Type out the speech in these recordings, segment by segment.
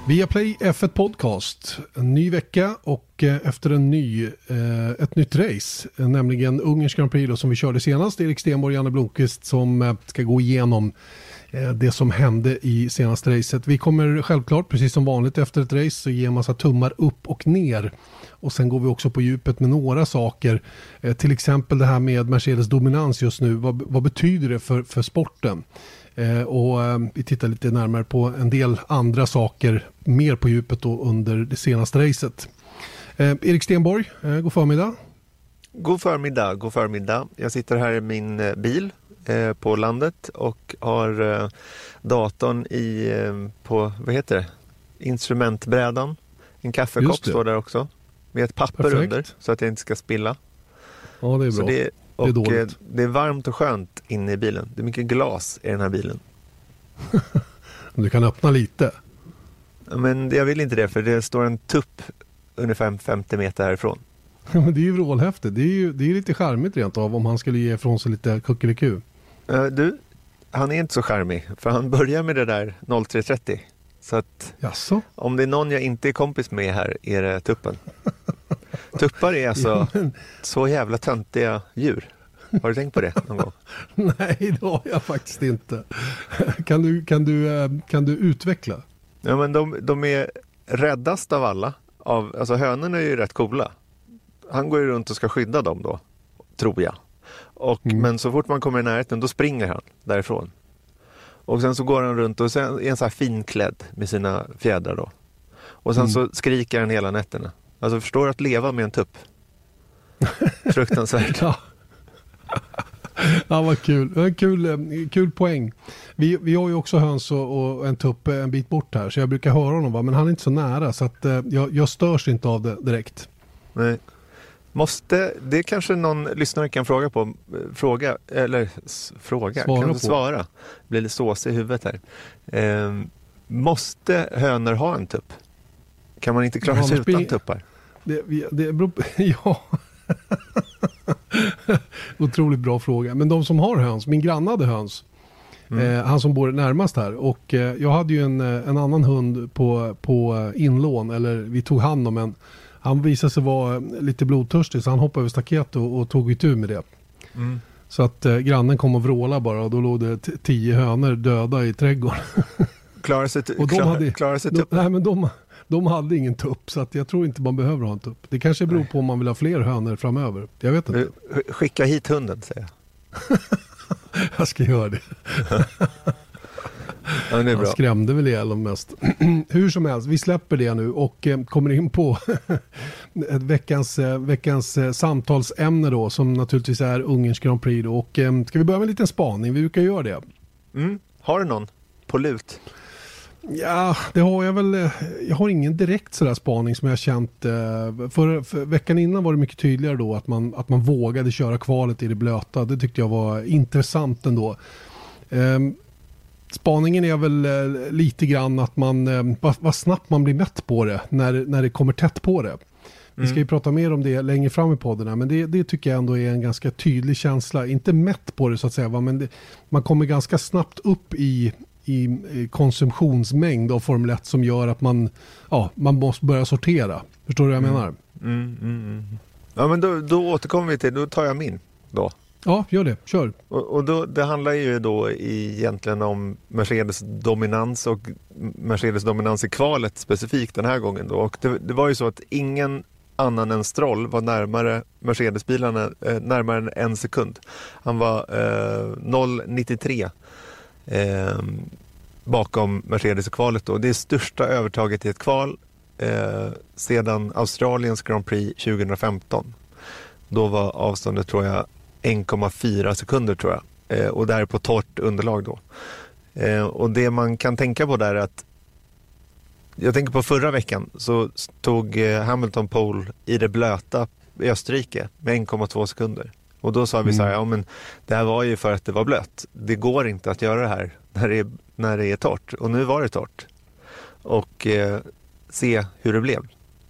Viaplay F1 Podcast, en ny vecka och efter ett nytt race, nämligen Ungerns Grand Prix då, som vi körde senast. Erik Stenborg och Janne Blomqvist som ska gå igenom det som hände i senaste racet. Vi kommer självklart, precis som vanligt efter ett race, så ge en massa tummar upp och ner. Och sen går vi också på djupet med några saker. Till exempel det här med Mercedes dominans just nu. Vad betyder det för sporten? Och vi tittar lite närmare på en del andra saker mer på djupet då under det senaste racet. Erik Stenborg, god förmiddag. God förmiddag. Jag sitter här i min bil på landet och har datorn på, vad heter det? Instrumentbrädan. En kaffekopp står där också. Med ett papper Perfekt. under så att jag inte ska spilla. Ja, det är bra. Så det är dåligt. det är varmt och skönt inne i bilen. Det är mycket glas i den här bilen. Du kan öppna lite. Men jag vill inte det, för det står en tupp ungefär 50 meter härifrån. Men det är ju vrålhäftigt. Det är lite charmigt rent av om han skulle ge ifrån sig lite kuckeliku. Du, han är inte så charmig. För han börjar med det där 0330. Så att Jaså? om det är någon jag inte är kompis med här är det tuppen. Tuppar är alltså så jävla töntiga djur. Har du tänkt på det någon gång? Nej, det har jag faktiskt inte. Kan du utveckla? Ja, men de är räddast av alla. Alltså hönorna är ju rätt coola. Han går ju runt och ska skydda dem då, tror jag. Men så fort man kommer i närheten, då springer han därifrån. Och sen så går han runt och sen är han så här finklädd med sina fjädrar då. Och sen så skriker han hela nätterna. Alltså förstår du att leva med en tupp? Fruktansvärt. Ja. Ja, vad kul. Kul poäng. Vi har ju också höns och en tupp en bit bort här, så jag brukar höra honom, men han är inte så nära, så att jag störs inte av det direkt. Nej. Det kanske någon lyssnare kan fråga. Kan du svara? Det blir lite sås i huvudet här. Måste hönor ha en tupp? Kan man inte klara sig utan tuppar? Det beror på, ja. Otroligt bra fråga. Men de som har höns, min granne hade höns. Han som bor närmast här. Och jag hade ju en annan hund på inlån, eller vi tog hand om en. Han visade sig vara lite blodtörstig, så han hoppade över staket och tog itu med det. Så att grannen kom och vrålade bara, och då låg det 10 hönor döda i trädgården. Klarar sig tuppen? Nej, men de hade ingen tupp, så att jag tror inte man behöver ha en tupp. Det kanske beror på om man vill ha fler hönor framöver. Jag vet inte. Skicka hit hunden, säger jag. Jag ska göra det. Ja, det är bra. Han skrämde väl ihjäl dem mest. Hur som helst, vi släpper det nu och kommer in på veckans samtalsämne då, som naturligtvis är Ungerns Grand Prix då. Och ska vi börja med en liten spaning? Vi brukar göra det. Har du någon på lut? Ja, det har jag väl. Jag har ingen direkt sådär spaning som jag känt. För veckan innan var det mycket tydligare då att man vågade köra kvalet i det blöta. Det tyckte jag var intressant ändå. Spaningen är väl lite grann att vad snabbt man blir mätt på det när det kommer tätt på det. Vi ska ju prata mer om det längre fram i podden, men det tycker jag ändå är en ganska tydlig känsla. Inte mätt på det så att säga, men man kommer ganska snabbt upp i konsumtionsmängd av Formel 1 som gör att man måste börja sortera. Förstår du vad jag menar? Ja, men då återkommer vi till, då tar jag min då. Ja, gör det. Kör. Och då, det handlar ju då egentligen om Mercedes dominans och Mercedes dominans i kvalet specifikt den här gången då. Och det var ju så att ingen annan än Stroll var närmare Mercedes-bilarna närmare än 1 sekund. Han var 0,93 bakom Mercedes i kvalet då. Det är största övertaget i ett kval sedan Australiens Grand Prix 2015. Då var avståndet, tror jag, 1,4 sekunder tror jag. Och där på torrt underlag då. Och det man kan tänka på där är att jag tänker på förra veckan så tog Hamilton pole i det blöta i Österrike med 1,2 sekunder. Och då sa vi så här, ja men det här var ju för att det var blött. Det går inte att göra det här när det är torrt. Och nu var det torrt. Och se hur det blev.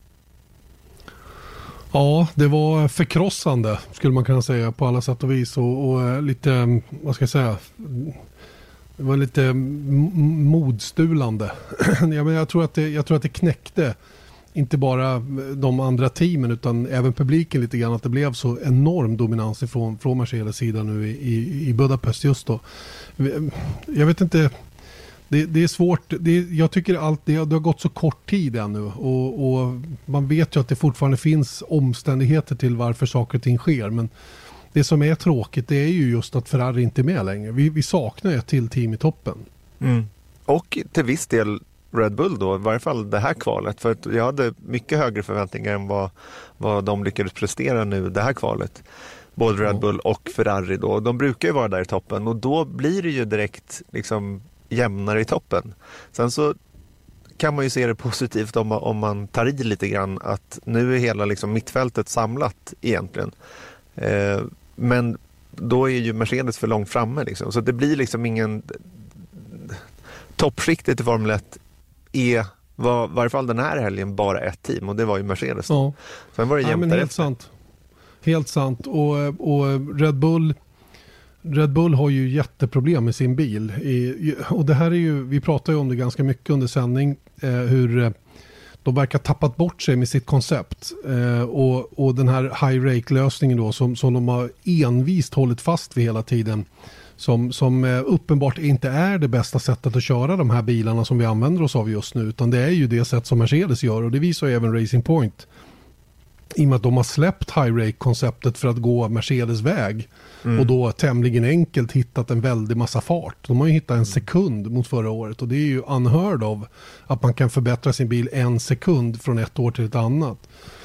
Ja, det var förkrossande skulle man kunna säga på alla sätt och vis och lite, vad ska jag säga, Det var lite modstulande. Jag tror att det knäckte inte bara de andra teamen utan även publiken lite grann, att det blev så enorm dominans från Mercedes sida nu i Budapest just då. Jag vet inte, det är svårt. Jag tycker det har gått så kort tid ännu och man vet ju att det fortfarande finns omständigheter till varför saker och ting sker, men det som är tråkigt det är ju just att Ferrari inte är med längre. Vi saknar ett till team i toppen. Och till viss del Red Bull då, i varje fall det här kvalet. För att jag hade mycket högre förväntningar än vad de lyckades prestera nu det här kvalet. Både Red Bull och Ferrari då. De brukar ju vara där i toppen och då blir det ju direkt liksom jämnare i toppen. Sen så kan man ju se det positivt om man tar i lite grann att nu är hela liksom mittfältet samlat egentligen. Men då är ju Mercedes för långt framme liksom. Så det blir liksom ingen toppskiktet i Formel 1 var i varje fall den här helgen bara ett team och det var ju Mercedes. Ja. Sen var det jämnt därefter. Helt sant. Helt sant. Och Red Bull har ju jätteproblem med sin bil. Och det här är ju, vi pratar ju om det ganska mycket under sändning, hur de verkar tappat bort sig med sitt koncept. Och den här high rake-lösningen då som de har envist hållit fast vid hela tiden. Som uppenbart inte är det bästa sättet att köra de här bilarna som vi använder oss av just nu, utan det är ju det sätt som Mercedes gör, och det visar ju även Racing Point i och med att de har släppt high rake-konceptet för att gå Mercedes väg och då tämligen enkelt hittat en väldig massa fart. De har ju hittat 1 sekund mot förra året och det är ju unheard of att man kan förbättra sin bil 1 sekund från ett år till ett annat.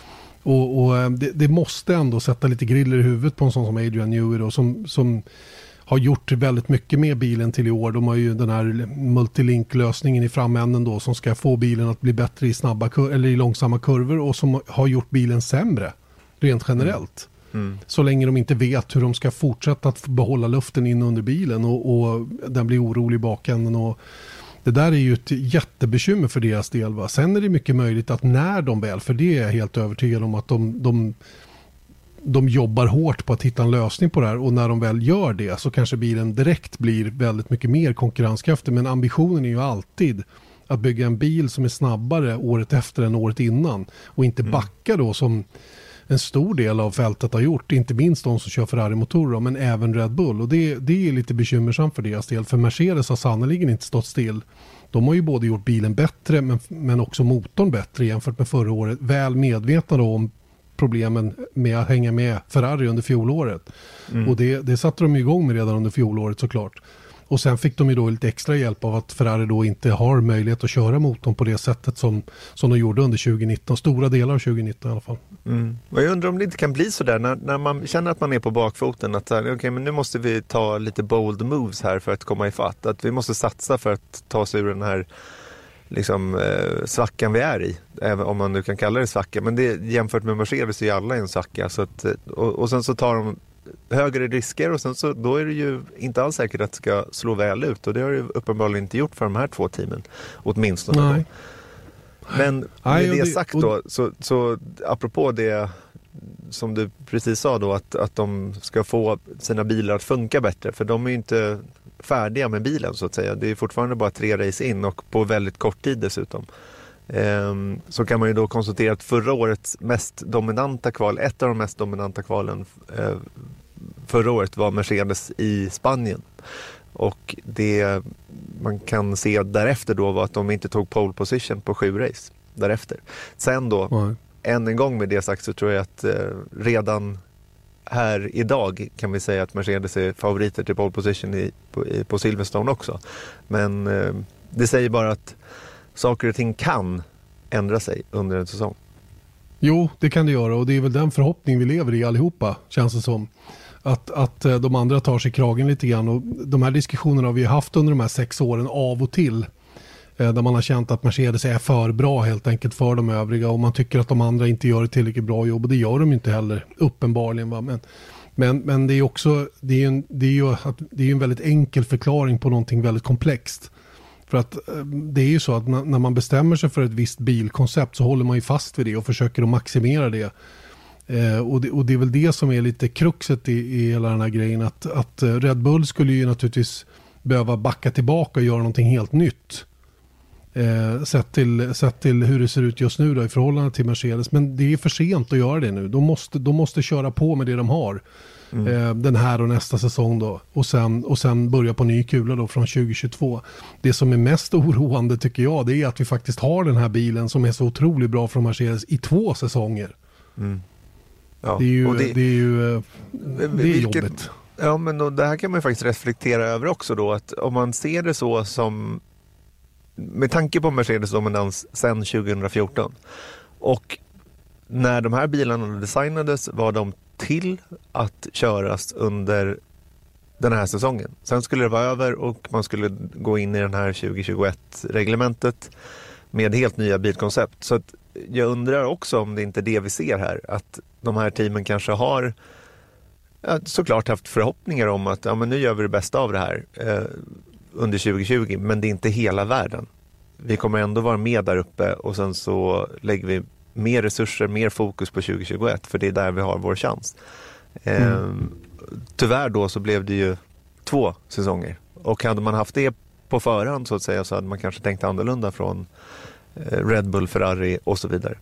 Och det måste ändå sätta lite griller i huvudet på en sån som Adrian Newey då, som har gjort väldigt mycket med bilen till i år. De har ju den här multilink-lösningen i framänden då som ska få bilen att bli bättre i snabba eller i långsamma kurvor och som har gjort bilen sämre rent generellt. Så länge de inte vet hur de ska fortsätta att behålla luften in under bilen och den blir orolig i bakänden, och det där är ju ett jättebekymmer för deras del. Va? Sen är det mycket möjligt att när de väl, för det är jag helt övertygad om att de jobbar hårt på att hitta en lösning på det här, och när de väl gör det så kanske bilen direkt blir väldigt mycket mer konkurrenskraftig, men ambitionen är ju alltid att bygga en bil som är snabbare året efter än året innan och inte backa då som en stor del av fältet har gjort, inte minst de som kör Ferrari-motorer men även Red Bull, och det är lite bekymmersamt för deras del, för Mercedes har sannoliken inte stått still. De har ju både gjort bilen bättre men också motorn bättre jämfört med förra året, väl medvetna om problemen med att hänga med Ferrari under fjolåret. Och det satte de igång med redan under fjolåret såklart. Och sen fick de ju då lite extra hjälp av att Ferrari då inte har möjlighet att köra motorn på det sättet som de gjorde under 2019. Stora delar av 2019 i alla fall. Och jag undrar om det inte kan bli så där när man känner att man är på bakfoten, att okej, men nu måste vi ta lite bold moves här för att komma ifatt. Att vi måste satsa för att ta sig ur den här liksom svackan vi är i, även om man nu kan kalla det svacka, men det jämfört med Mercedes är ju alla en svacka, så att, och sen så tar de högre risker och sen så då är det ju inte alls säkert att det ska slå väl ut, och det har det uppenbarligen inte gjort för de här två teamen åtminstone. Nej. Men med det sagt då, så apropå det som du precis sa då, att de ska få sina bilar att funka bättre, för de är ju inte färdiga med bilen så att säga. Det är fortfarande bara 3 race in och på väldigt kort tid dessutom. Så kan man ju då konstatera att förra årets mest dominanta kval, ett av de mest dominanta kvalen förra året var Mercedes i Spanien. Och det man kan se därefter då var att de inte tog pole position på 7 race därefter. Sen då, än en gång med det sagt, så tror jag att redan här idag kan vi säga att Mercedes är favoriter till pole position på Silverstone också. Men det säger bara att saker och ting kan ändra sig under en säsong. Jo, det kan det göra, och det är väl den förhoppning vi lever i allihopa, känns det som. Att de andra tar sig kragen lite grann, och de här diskussionerna har vi haft under de här 6 åren av och till. Där man har känt att Mercedes är för bra helt enkelt för de övriga, och man tycker att de andra inte gör ett tillräckligt bra jobb, och det gör de inte heller uppenbarligen. Va? Men det är också det är ju en väldigt enkel förklaring på någonting väldigt komplext. För att det är ju så att när man bestämmer sig för ett visst bilkoncept så håller man ju fast vid det och försöker att maximera det. Och det är väl det som är lite kruxet i hela den här grejen, att Red Bull skulle ju naturligtvis behöva backa tillbaka och göra någonting helt nytt. Sett till hur det ser ut just nu då, i förhållande till Mercedes. Men det är för sent att göra det nu. De måste köra på med det de har. Den här och nästa säsong då. Och sen börja på ny kula då från 2022. Det som är mest oroande tycker jag, det är att vi faktiskt har den här bilen som är så otroligt bra från Mercedes i 2 säsonger. Ja, det är vilket, jobbigt. Ja, men då, det här kan man ju faktiskt reflektera över också då, att om man ser det så som, med tanke på Mercedes dominans sedan 2014 och när de här bilarna designades var de till att köras under den här säsongen. Sen skulle det vara över och man skulle gå in i den här 2021-reglementet med helt nya bilkoncept. Så att jag undrar också om det inte är det vi ser här, att de här teamen kanske har såklart haft förhoppningar om att men nu gör vi det bästa av det här under 2020, men det är inte hela världen. Vi kommer ändå vara med där uppe och sen så lägger vi mer resurser, mer fokus på 2021 för det är där vi har vår chans. Tyvärr då så blev det ju 2 säsonger och hade man haft det på förhand så att säga så hade man kanske tänkt annorlunda från Red Bull, Ferrari och så vidare.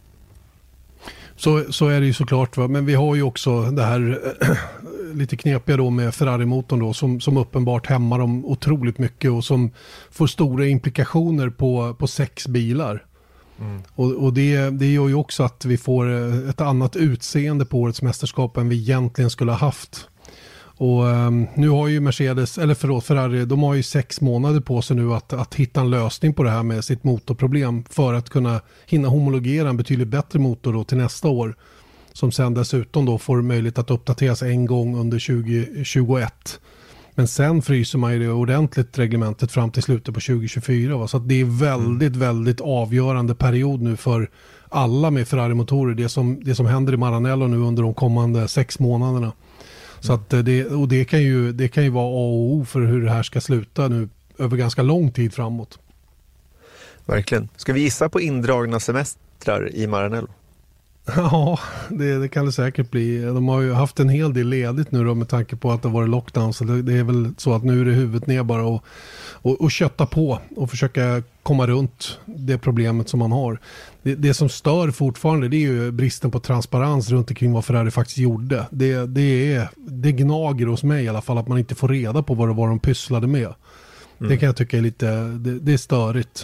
Så är det ju såklart, va? Men vi har ju också det här lite knepiga då med Ferrari-motorn då som uppenbart hämmar dem otroligt mycket och som får stora implikationer på 6 bilar. Och det gör ju också att vi får ett annat utseende på årets mästerskap än vi egentligen skulle ha haft. Och nu har ju Ferrari, de har ju 6 månader på sig nu att hitta en lösning på det här med sitt motorproblem för att kunna hinna homologera en betydligt bättre motor då till nästa år. Som sen dessutom då får möjlighet att uppdateras en gång under 2021. Men sen fryser man ju det ordentligt reglementet fram till slutet på 2024. Va? Så att det är väldigt, väldigt avgörande period nu för alla med Ferrari-motorer. Det som händer i Maranello nu under de kommande 6 månaderna. Så att det kan ju vara A och O för hur det här ska sluta nu över ganska lång tid framåt. Verkligen. Ska vi gissa på indragna semestrar i Maranello? Ja, det kan det säkert bli. De har ju haft en hel del ledigt nu då med tanke på att det var lockdown. Så det är väl så att nu är det huvudet ner bara och kötta på och försöka komma runt det problemet som man har. Det som stör fortfarande det är ju bristen på transparens runt omkring vad Ferrari faktiskt gjorde. Det gnager hos mig i alla fall att man inte får reda på vad det var de pysslade med. Det kan jag tycka är det är störigt.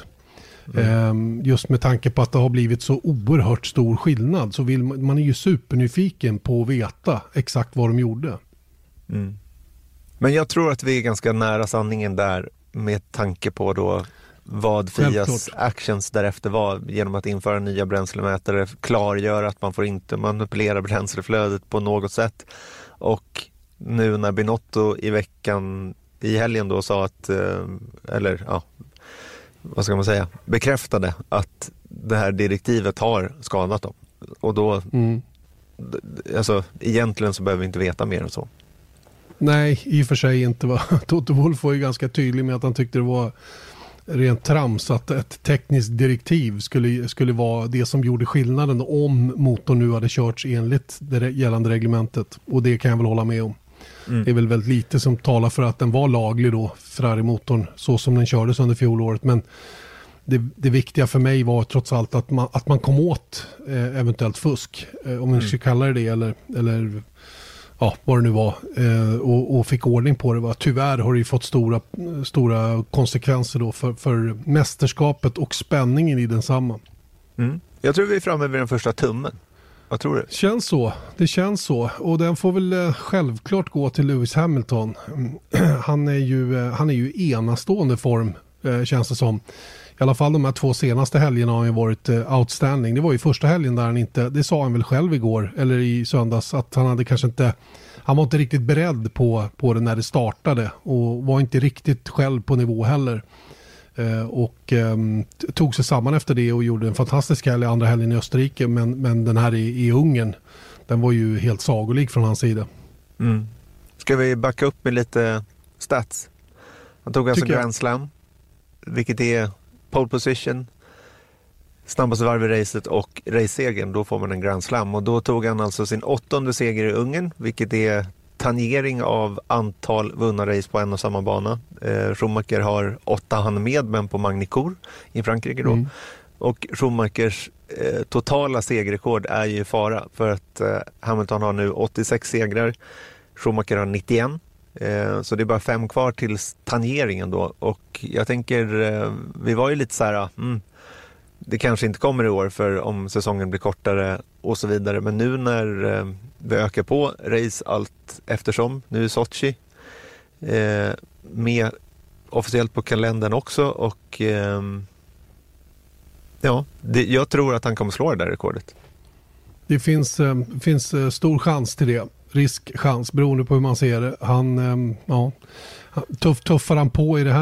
Just med tanke på att det har blivit så oerhört stor skillnad så vill man är ju supernyfiken på att veta exakt vad de gjorde. Men jag tror att vi är ganska nära sanningen där med tanke på då vad Fias actions därefter var genom att införa nya bränslemätare, klargöra att man får inte manipulera bränsleflödet på något sätt. Och nu när Binotto i helgen då sa att vad ska man säga, bekräftade att det här direktivet har skadat dem. Och då alltså egentligen så behöver vi inte veta mer än så. Nej, i och för sig inte. Va? Toto Wolff var ju ganska tydlig med att han tyckte det var rent trams att ett tekniskt direktiv skulle vara det som gjorde skillnaden om motorn nu hade körts enligt det gällande reglementet. Och det kan jag väl hålla med om. Det är väl väldigt lite som talar för att den var laglig då, Ferrari-motorn, så som den kördes under fjolåret. Men det viktiga för mig var trots allt att man kom åt eventuellt fusk, om man ska kalla det eller ja, vad det nu var, och fick ordning på det. Va? Tyvärr har det ju fått stora konsekvenser då för mästerskapet och spänningen i densamma. Jag tror vi är framme vid den första tummen. Vad tror du? Det känns så. Och den får väl självklart gå till Lewis Hamilton. Han är ju enastående form, känns det som. I alla fall de här 2 senaste helgerna har han ju varit outstanding. Det var ju första helgen där han inte, det sa han väl själv igår eller i söndags, att han var inte riktigt beredd på det när det startade och var inte riktigt själv på nivå heller. Och tog sig samman efter det och gjorde en fantastisk helg andra helgen i Österrike, men den här i Ungern, den var ju helt sagolik från hans sida. Ska vi backa upp med lite stats? Han tog alltså Grand Slam, vilket är pole position, snabbaste varv i racet och racesegern, då får man en Grand Slam. Och då tog han alltså sin 8:e seger i Ungern, vilket är tangering av antal vunna race på en och samma bana. Schumacher har 8 han med, men på Magny-Cours i Frankrike då. Och Schumachers totala segerrekord är ju i fara, för att Hamilton har nu 86 segrar, Schumacher har 91. Så det är bara 5 kvar till tangeringen då. Och jag tänker, vi var ju lite så här, det kanske inte kommer i år för om säsongen blir kortare och så vidare. Men nu när vi ökar på race allt eftersom, nu är Sochi med officiellt på kalendern också. Och jag tror att han kommer slå det där rekordet. Det finns stor chans till det. Riskchans beroende på hur man ser det. Han tuffar han på i det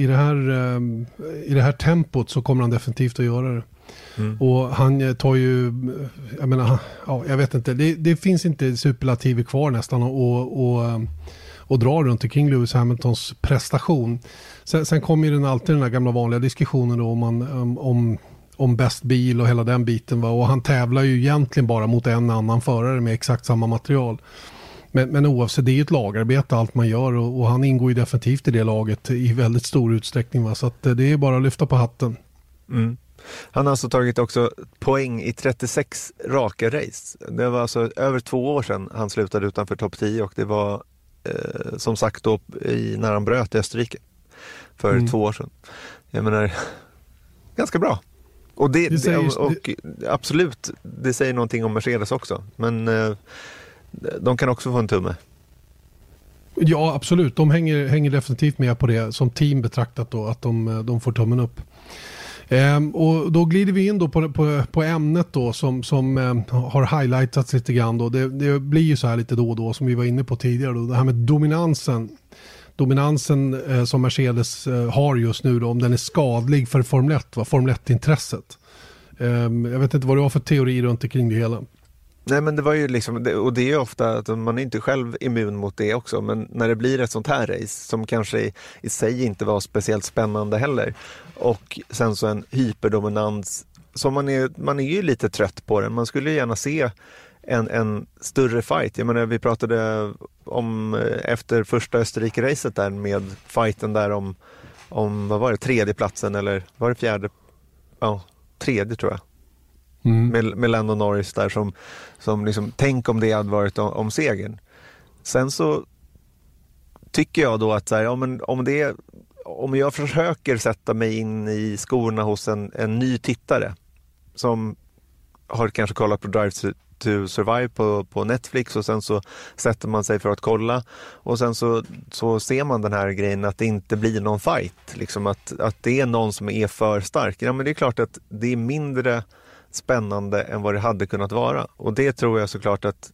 här tempot, så kommer han definitivt att göra det. Och han tar ju, jag vet inte, det finns inte superlativer kvar nästan och dra runt omkring Lewis Hamiltons prestation. Sen kommer ju alltid den här gamla vanliga diskussionen då om bäst bil och hela den biten, va? Och han tävlar ju egentligen bara mot en annan förare med exakt samma material. Men oavsett, det är ju ett lagarbete allt man gör, och han ingår ju definitivt i det laget i väldigt stor utsträckning, va? Så att det är bara att lyfta på hatten. Han har alltså tagit också poäng i 36 raka race. Det var alltså över 2 år sedan han slutade utanför topp 10, och det var som sagt då när han bröt i Österrike för 2 år sedan. Jag menar, ganska bra. Och absolut, det säger någonting om Mercedes också. Men de kan också få en tumme. Ja, absolut. De hänger definitivt med på det som team betraktat då, att de får tummen upp. Och då glider vi in då på ämnet då som har highlightats lite grann då. Det blir ju så här lite då och då som vi var inne på tidigare då. Det här med dominansen som Mercedes har just nu då, om den är skadlig för Formel 1, Formel 1-intresset. Jag vet inte vad du har för teori runt omkring det hela. Nej, men det var ju liksom, och det är ju ofta att man är inte själv immun mot det också, men när det blir ett sånt här race som kanske i sig inte var speciellt spännande heller, och sen så en hyperdominans som man är ju lite trött på den. Man skulle gärna se en större fight. Jag menar, vi pratade om efter första Österrike-racet där med fighten där om vad var det, 3:e platsen eller var det 4:e? Ja, 3:e tror jag. Med Lando Norris där som liksom, tänk om det hade varit om segern. Sen så tycker jag då att så här, om jag försöker sätta mig in i skorna hos en ny tittare som har kanske kollat på Drive to Survive på Netflix, och sen så sätter man sig för att kolla, och sen så ser man den här grejen att det inte blir någon fight, liksom att det är någon som är för stark. Ja, men det är klart att det är mindre spännande än vad det hade kunnat vara, och det tror jag såklart att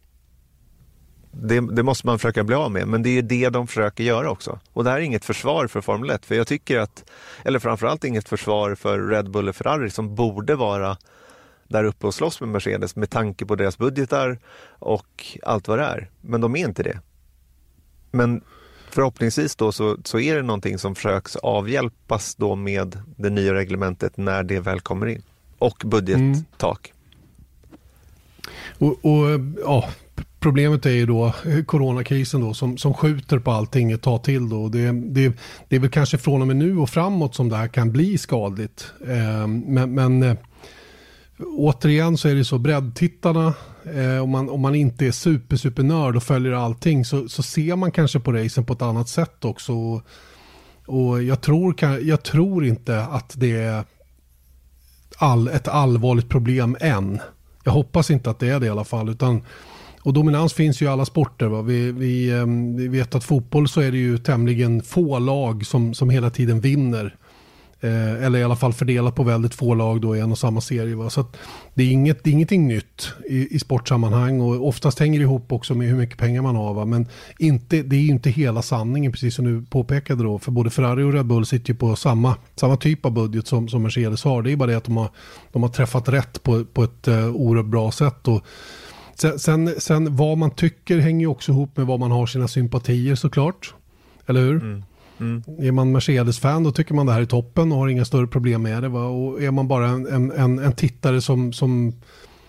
det måste man försöka bli av med, men det är det de försöker göra också. Och det här är inget försvar för Formel 1, för jag tycker eller framförallt inget försvar för Red Bull och Ferrari som borde vara där uppe och slåss med Mercedes med tanke på deras budgetar och allt vad det är. Men de är inte det. Men förhoppningsvis då så är det någonting som försöks avhjälpas då med det nya reglementet när det väl kommer in. Och budgettak. Problemet är ju då coronakrisen då som skjuter på allting ett tag till då. Det är väl kanske från och med nu och framåt som det här kan bli skadligt. Men återigen så är det så, breddtittarna, om man inte är super nörd och följer allting, så ser man kanske på racen på ett annat sätt också. Och jag tror inte att det är ett allvarligt problem än. Jag hoppas inte att det är det i alla fall, och dominans finns ju i alla sporter, va? Vi vet att fotboll så är det ju tämligen få lag som hela tiden vinner. Eller i alla fall fördelat på väldigt få lag då i en och samma serie. Va? Så att det är ingenting nytt i sportsammanhang, och oftast hänger det ihop också med hur mycket pengar man har. Va? Men det är ju inte hela sanningen, precis som du påpekade då. För både Ferrari och Red Bull sitter ju på samma typ av budget som Mercedes har. Det är bara det att de har träffat rätt på ett oerhört bra sätt. Och sen vad man tycker hänger ju också ihop med vad man har sina sympatier såklart. Eller hur? Är man Mercedes-fan, då tycker man det här är toppen och har inga större problem med det. Va? Och är man bara en tittare som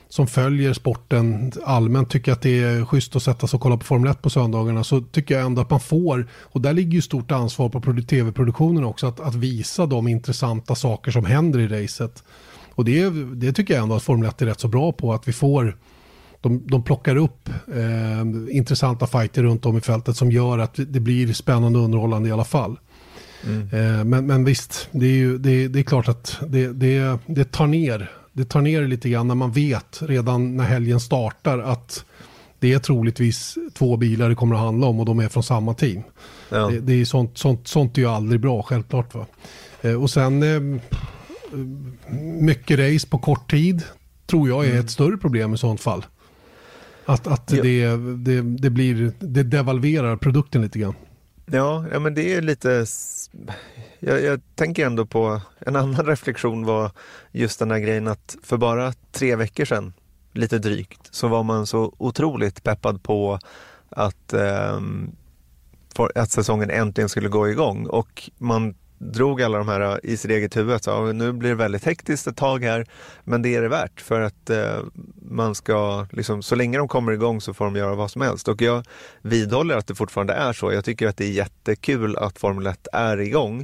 som följer sporten allmänt tycker att det är schysst att sätta sig och kolla på Formel 1 på söndagarna, så tycker jag ändå att man får, och där ligger ju stort ansvar på tv-produktionen också, att visa de intressanta saker som händer i racet. Och det tycker jag ändå att Formel 1 är rätt så bra på, att vi får, de plockar upp intressanta fighter runt om i fältet som gör att det blir spännande och underhållande i alla fall. Men visst, det är klart att det tar ner lite grann när man vet redan när helgen startar att det är troligtvis 2 bilar det kommer att handla om och de är från samma team. Ja. Det är sånt är ju aldrig bra, självklart, va? Och sen mycket race på kort tid tror jag är ett större problem i sånt fall. Att det devalverar produkten lite grann. Ja, men det är lite... Jag tänker ändå på en annan reflektion var just den här grejen att för bara 3 veckor sedan, lite drygt, så var man så otroligt peppad på att säsongen äntligen skulle gå igång, och man drog alla de här i sitt eget huvud. Så nu blir det väldigt hektiskt ett tag här, men det är det värt för att man ska liksom, så länge de kommer igång så får de göra vad som helst. Och jag vidhåller att det fortfarande är så. Jag tycker att det är jättekul att Formel 1 är igång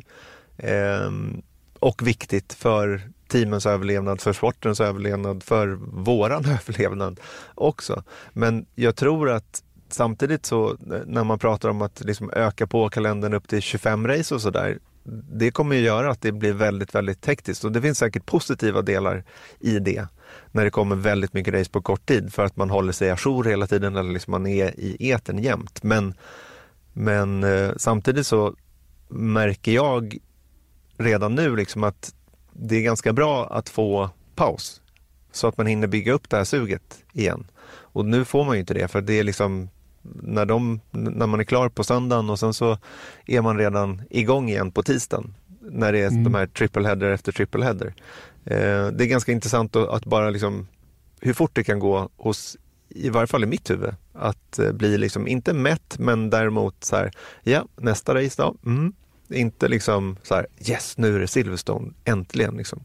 och viktigt för teamens överlevnad, för sportens överlevnad, för våran överlevnad också. Men jag tror att samtidigt så när man pratar om att liksom öka på kalendern upp till 25 race och sådär, det kommer ju göra att det blir väldigt, väldigt hektiskt, och det finns säkert positiva delar i det när det kommer väldigt mycket race på kort tid för att man håller sig ajour hela tiden eller liksom man är i etern jämt. Men samtidigt så märker jag redan nu liksom att det är ganska bra att få paus så att man hinner bygga upp det här suget igen. Och nu får man ju inte det, för det är liksom när man är klar på söndagen och sen så är man redan igång igen på tisdagen när det är de här triple-header efter triple-header. Det är ganska intressant att bara liksom hur fort det kan gå hos, i varje fall i mitt huvud, att bli liksom inte mätt, men däremot så här, ja, nästa race då, inte liksom så här, yes, nu är det Silverstone, äntligen liksom.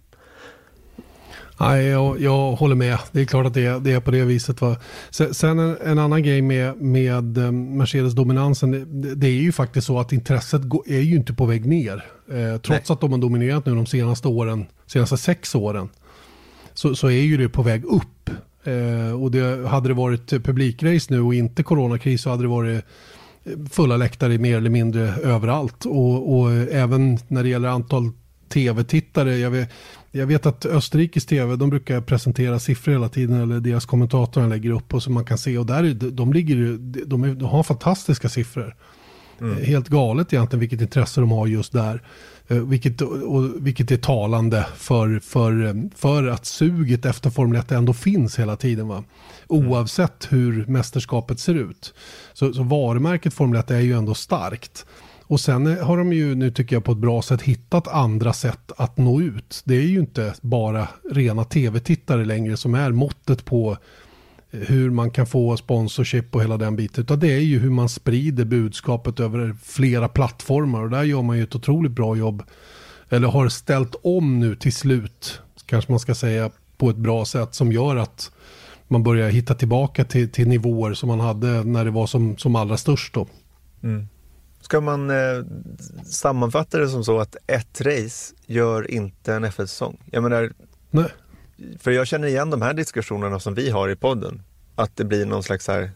Nej, jag håller med. Det är klart att det är på det viset. Va? Sen en annan grej med Mercedes-dominansen, det är ju faktiskt så att intresset är ju inte på väg ner. Trots att de har dominerat nu de senaste 6 åren, så är ju det på väg upp. Och hade det varit publikrace nu och inte coronakris, så hade det varit fulla läktare mer eller mindre överallt. Och även när det gäller antal tv-tittare, jag vet att Österrikes tv, de brukar presentera siffror hela tiden, eller deras kommentatorer lägger upp och så man kan se, och där de har fantastiska siffror. Helt galet egentligen vilket intresse de har just där. Vilket är talande för att suget efter Formel 1 ändå finns hela tiden, va? Oavsett hur mästerskapet ser ut. Så varumärket Formel 1 är ju ändå starkt. Och sen har de ju nu, tycker jag, på ett bra sätt hittat andra sätt att nå ut. Det är ju inte bara rena tv-tittare längre som är måttet på hur man kan få sponsorship och hela den biten. Utan det är ju hur man sprider budskapet över flera plattformar. Och där gör man ju ett otroligt bra jobb. Eller har ställt om nu till slut, kanske man ska säga, på ett bra sätt som gör att man börjar hitta tillbaka till nivåer som man hade när det var som allra störst då. Ska man sammanfatta det som så att ett race gör inte en F1-säsong? Jag menar, nej. För jag känner igen de här diskussionerna som vi har i podden. Att det blir någon slags här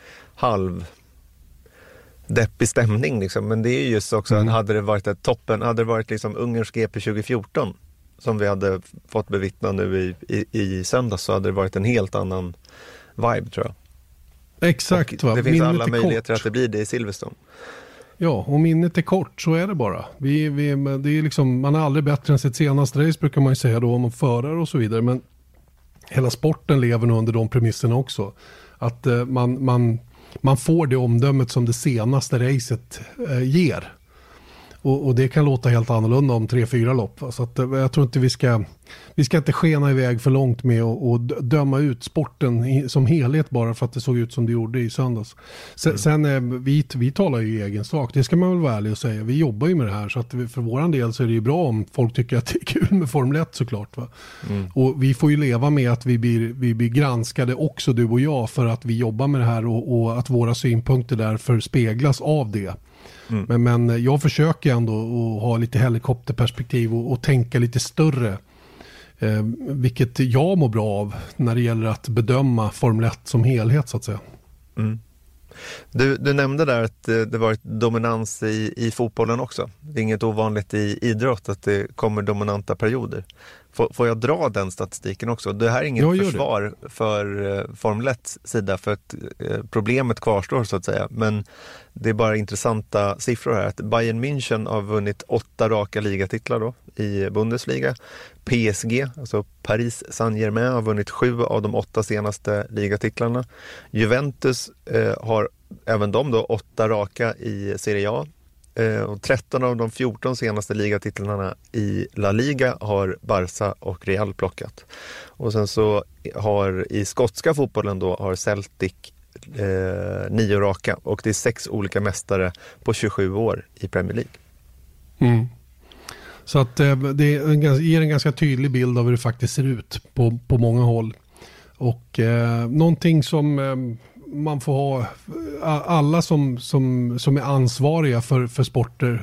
halvdeppig stämning liksom. Men det är just också att hade det varit hade det varit liksom Ungerns GP 2014 som vi hade fått bevittna nu i söndag, så hade det varit en helt annan vibe, tror jag. Exakt. Det finns alla möjligheter att det blir det i Silverstone. Ja, och minnet är kort, så är det bara. Det är liksom, man är aldrig bättre än sitt senaste race, brukar man ju säga då, om förare och så vidare. Men hela sporten lever nog under de premisserna också. Att man får det omdömet som det senaste racet ger. Och det kan låta helt annorlunda om 3-4 lopp. Så att jag tror inte vi ska inte skena iväg för långt med och döma ut sporten som helhet bara för att det såg ut som det gjorde i söndags. Sen vi talar ju i egen sak, det ska man väl vara ärlig och säga. Vi jobbar ju med det här, så att för våran del så är det ju bra om folk tycker att det är kul med Formel 1 såklart. Va? Och vi får ju leva med att vi blir granskade också, du och jag, för att vi jobbar med det här och att våra synpunkter därför speglas av det. Men jag försöker ändå att ha lite helikopterperspektiv och tänka lite större. Vilket jag mår bra av när det gäller att bedöma Formel 1 som helhet, så att säga. Du nämnde där att det varit dominans i fotbollen också. Det är inget ovanligt i idrott att det kommer dominanta perioder. Får jag dra den statistiken också? Det här är inget försvar för Formel 1 sida, för att problemet kvarstår så att säga. Men det är bara intressanta siffror här. Att Bayern München har vunnit 8 raka ligatitlar då i Bundesliga. PSG, alltså Paris Saint-Germain, har vunnit 7 av de 8 senaste ligatitlarna. Juventus har även de då 8 raka i Serie A. Och 13 av de 14 senaste ligatitlarna i La Liga har Barça och Real plockat. Och sen så har i skotska fotbollen då har Celtic 9 raka, och det är 6 olika mästare på 27 år i Premier League. Så att det ger en ganska tydlig bild av hur det faktiskt ser ut på många håll. Och någonting som man får ha, alla som är ansvariga för sporter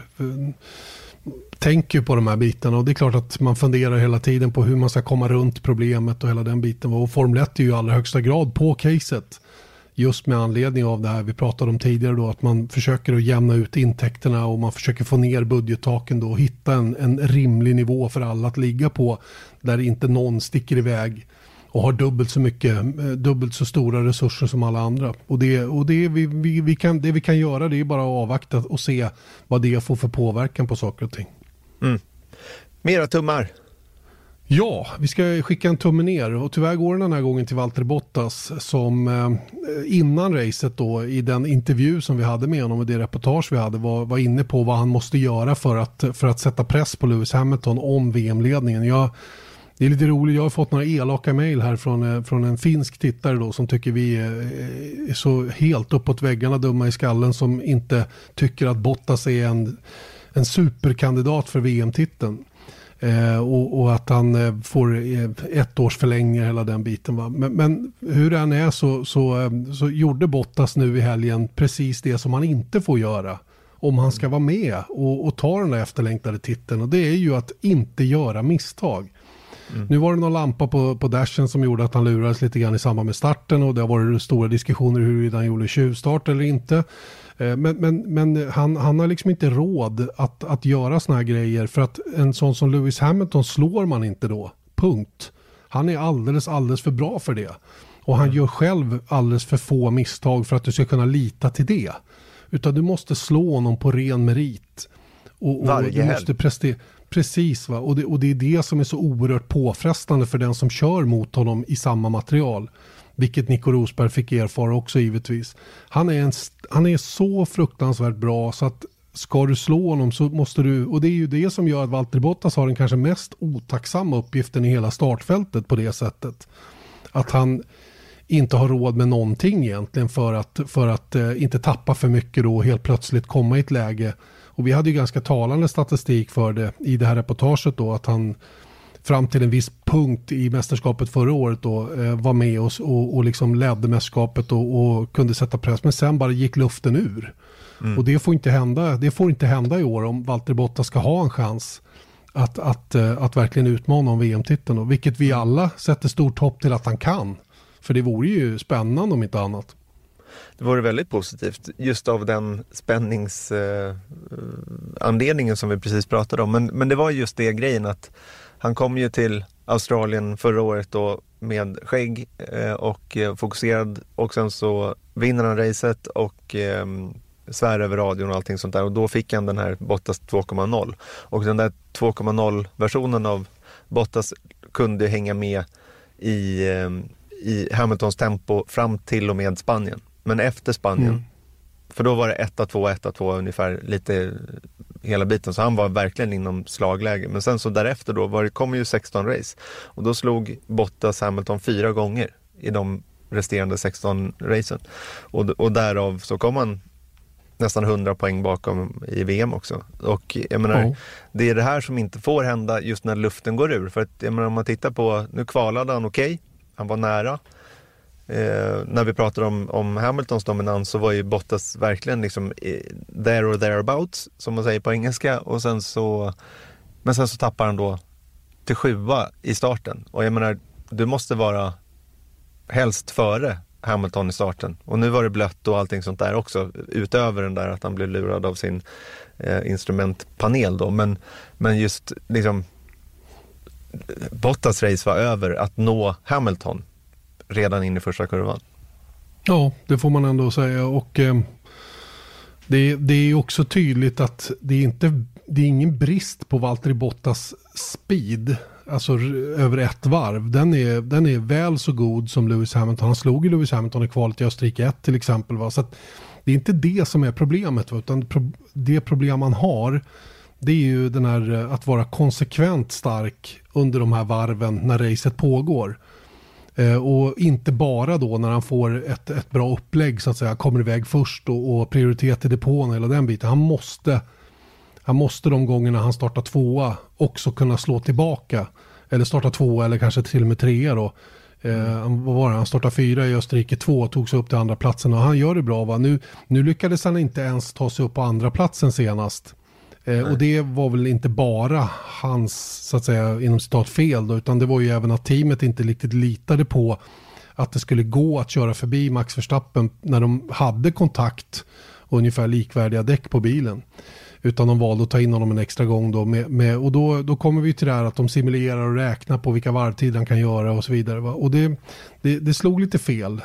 tänker på de här bitarna, och det är klart att man funderar hela tiden på hur man ska komma runt problemet och hela den biten. Och Formel 1 är ju i allra högsta grad på caset, just med anledning av det här vi pratade om tidigare då, att man försöker att jämna ut intäkterna och man försöker få ner budgettaken då och hitta en rimlig nivå för alla att ligga på, där inte någon sticker iväg och har dubbelt så stora resurser som alla andra. Och det vi kan göra, det är bara att avvakta och se vad det får för påverkan på saker och ting. Mera tummar. Ja, vi ska skicka en tumme ner, och tyvärr går den här gången till Valtteri Bottas, som innan racet då, i den intervju som vi hade med honom och det reportage vi hade, var inne på vad han måste göra för att sätta press på Lewis Hamilton om VM-ledningen. Det är lite roligt, jag har fått några elaka mejl här från en finsk tittare då, som tycker vi är så helt uppåt väggarna dumma i skallen, som inte tycker att Bottas är en superkandidat för VM-titeln. Och att han får 1 års förlängning, hela den biten. Va? Men hur det än är så gjorde Bottas nu i helgen precis det som han inte får göra om han ska vara med och ta den där efterlängtade titeln. Och det är ju att inte göra misstag. Nu var det någon lampa på dashen som gjorde att han lurades lite grann i samband med starten, och det har varit stora diskussioner huruvida han gjorde tjuvstart eller inte. Men han har liksom inte råd att göra såna här grejer, för att en sån som Lewis Hamilton slår man inte då. Punkt. Han är alldeles för bra för det. Och han gör själv alldeles för få misstag för att du ska kunna lita till det. Utan du måste slå honom på ren merit. Och du måste prestera. Precis, va? Och det är det som är så oerhört påfrestande för den som kör mot honom i samma material. Vilket Nico Rosberg fick erfara också givetvis. Han är så fruktansvärt bra, så att ska du slå honom så måste du, och det är ju det som gör att Valtteri Bottas har den kanske mest otacksamma uppgiften i hela startfältet på det sättet. Att han inte har råd med någonting egentligen för att inte tappa för mycket då och helt plötsligt komma i ett läge. Och vi hade ju ganska talande statistik för det i det här reportaget då, att han fram till en viss punkt i mästerskapet förra året då var med oss och liksom ledde mästerskapet och kunde sätta press, men sen bara gick luften ur. Och det får inte hända i år om Valtteri Bottas ska ha en chans att verkligen utmana om VM-titeln då, vilket vi alla sätter stort hopp till att han kan, för det vore ju spännande om inte annat. Det vore väldigt positivt just av den spänningsanledningen som vi precis pratade om. Men det var just det grejen, att han kom ju till Australien förra året då med skägg och fokuserad, och sen så vinner han racet och svär över radion och allting sånt där, och då fick han den här Bottas 2.0, och den där 2.0-versionen av Bottas kunde hänga med i Hamiltons tempo fram till och med Spanien. Men efter Spanien, för då var det 1-2 ungefär, lite hela biten. Så han var verkligen inom slagläge. Men sen så därefter då kom ju 16 race. Och då slog Bottas Hamilton 4 gånger i de resterande 16 racen. Och därav så kom han nästan 100 poäng bakom i VM också. Och jag menar, det är det här som inte får hända just när luften går ur. För att jag menar, om man tittar på, nu kvalade han okej. Han var nära. När vi pratar om Hamiltons dominans så var ju Bottas verkligen liksom there or thereabouts, som man säger på engelska. Och sen så tappar han då till 7:a i starten. Och jag menar, du måste vara helst före Hamilton i starten. Och nu var det blött och allting sånt där också, utöver den där att han blev lurad av sin instrumentpanel då. Men just liksom Bottas race var över att nå Hamilton redan in i första kurvan. Ja, det får man ändå säga. Och det är också tydligt att det är ingen brist på Valtteri Bottas speed, alltså över ett varv. Den är väl så god som Lewis Hamilton. Han slog ju Lewis Hamilton i kvalet i Österrike 1 till exempel. Va? Så att det är inte det som är problemet. Va? Utan det problem man har, det är ju den här att vara konsekvent stark under de här varven när racet pågår. Och inte bara då när han får ett bra upplägg så att säga, kommer iväg först och prioritet i depån eller den biten. Han måste de gångerna han startar 2:a också kunna slå tillbaka. Eller starta 2:a eller kanske till och med 3:a då. Han startar 4 i Österrike 2, tog sig upp till andra platsen och han gör det bra. Va? Nu lyckades han inte ens ta sig upp på andra platsen senast. Och det var väl inte bara hans, så att säga, inom citat fel då, utan det var ju även att teamet inte riktigt litade på att det skulle gå att köra förbi Max Verstappen när de hade kontakt och ungefär likvärdiga däck på bilen. Utan de valde att ta in honom en extra gång då och då kommer vi till det här att de simulerar och räknar på vilka varvtider han kan göra och så vidare. Va? Och det slog lite fel.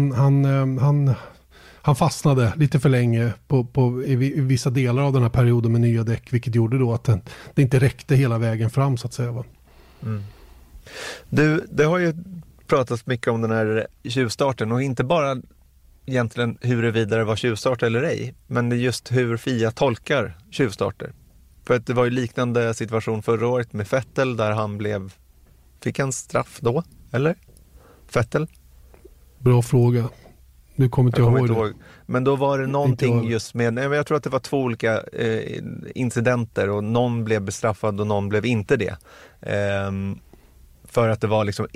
Han fastnade lite för länge i vissa delar av den här perioden med nya däck, vilket gjorde då att det inte räckte hela vägen fram så att säga. Va? Mm. Det har ju pratats mycket om den här tjuvstarten och inte bara egentligen huruvida det var tjuvstart eller ej, men det är just hur FIA tolkar tjuvstarter. För att det var ju liknande situation förra året med Vettel där han fick en straff då, eller? Vettel? Bra fråga. Nu kommer inte jag ihåg. Men då var det någonting just med, jag tror att det var 2 olika incidenter och någon blev bestraffad och någon blev inte det. För att det var liksom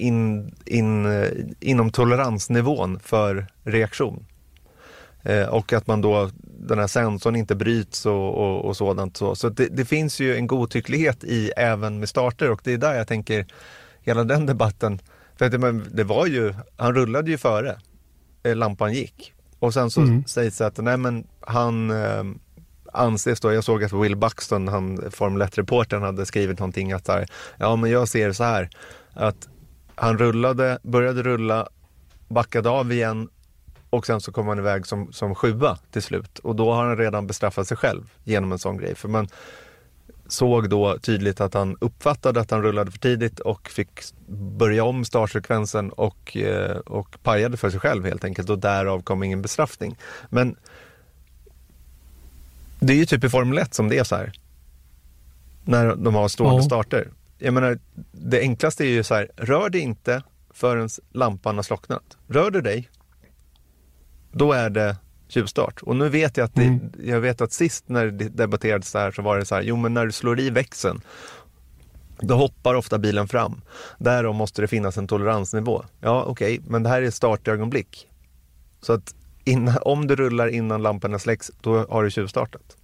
inom toleransnivån för reaktion. Och att man då, den här sensorn inte bryts och sådant. Så det finns ju en godtycklighet i även med starter och det är där jag tänker hela den debatten. För att det var ju, han rullade ju före lampan gick. Och sen så sägs det att nej, men han anses då, jag såg att Will Buxton, Formel 1-reportern, hade skrivit någonting att här, ja men jag ser så här att han började rulla, backade av igen och sen så kom han iväg som 7:a till slut. Och då har han redan bestraffat sig själv genom en sån grej. För man såg då tydligt att han uppfattade att han rullade för tidigt och fick börja om startsekvensen och pajade för sig själv helt enkelt. Och därav kom ingen bestraffning. Men det är ju typ i Formel 1 som det är så här. När de har stående starter. Jag menar, det enklaste är ju så här, rör dig inte förrän lampan har slocknat. Rör du dig, då är det tjuvstart. Och nu vet jag att jag vet att sist när det debatterades så här så var det så här, jo men när du slår i växeln då hoppar ofta bilen fram. Därom måste det finnas en toleransnivå. Ja, okej, men det här är ett startögonblick. Så att om du rullar innan lamporna släcks, då har du tjuvstartat.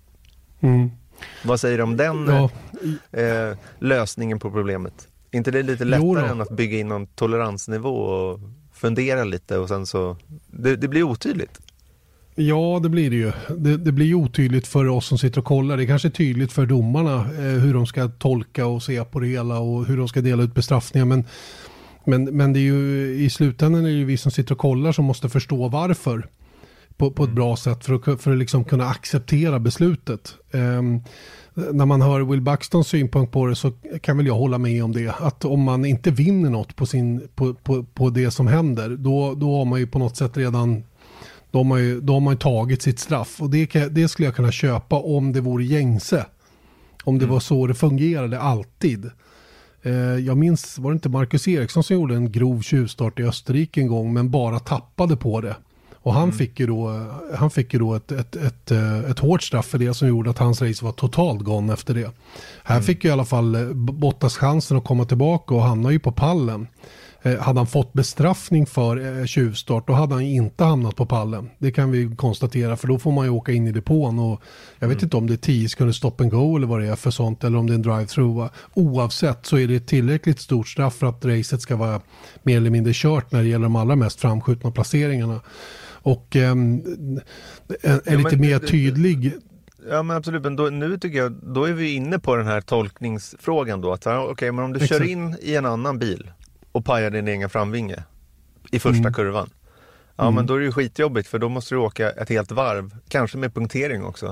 Vad säger du om den lösningen på problemet? Inte det lite lättare än att bygga in någon toleransnivå och fundera lite och sen så det blir otydligt. Ja, det blir det ju. Det blir otydligt för oss som sitter och kollar. Det är kanske tydligt för domarna hur de ska tolka och se på det hela och hur de ska dela ut bestraffningar. Men det är ju, i slutändan är det ju vi som sitter och kollar som måste förstå varför på ett bra sätt för att liksom kunna acceptera beslutet. När man hör Will Buxtons synpunkt på det så kan väl jag hålla med om det. Att om man inte vinner något på det som händer, då har man ju på något sätt redan då har man ju tagit sitt straff. Och det skulle jag kunna köpa om det vore gängse Om det var så det fungerade alltid. Jag minns, var det inte Marcus Eriksson som gjorde en grov tjuvstart i Österrike en gång men bara tappade på det. Och han fick ju då ett hårt straff för det som gjorde att hans race var totalt gone efter det. Här fick ju i alla fall Bottas chansen att komma tillbaka och hamna ju på pallen. Hade han fått bestraffning för tjuvstart då hade han inte hamnat på pallen. Det kan vi konstatera, för då får man ju åka in i depån och jag vet inte om det är 10 sekunder stop and go eller vad det är för sånt, eller om det är en drive-through. Oavsett så är det ett tillräckligt stort straff för att racet ska vara mer eller mindre kört när det gäller de allra mest framskjutna placeringarna. Och är lite mer tydlig. Ja, men absolut, men nu tycker jag, då är vi inne på den här tolkningsfrågan då, att okej, men om du kör in i en annan bil och pajar din egen framvinge i första kurvan, men då är det ju skitjobbigt, för då måste du åka ett helt varv, kanske med punktering också.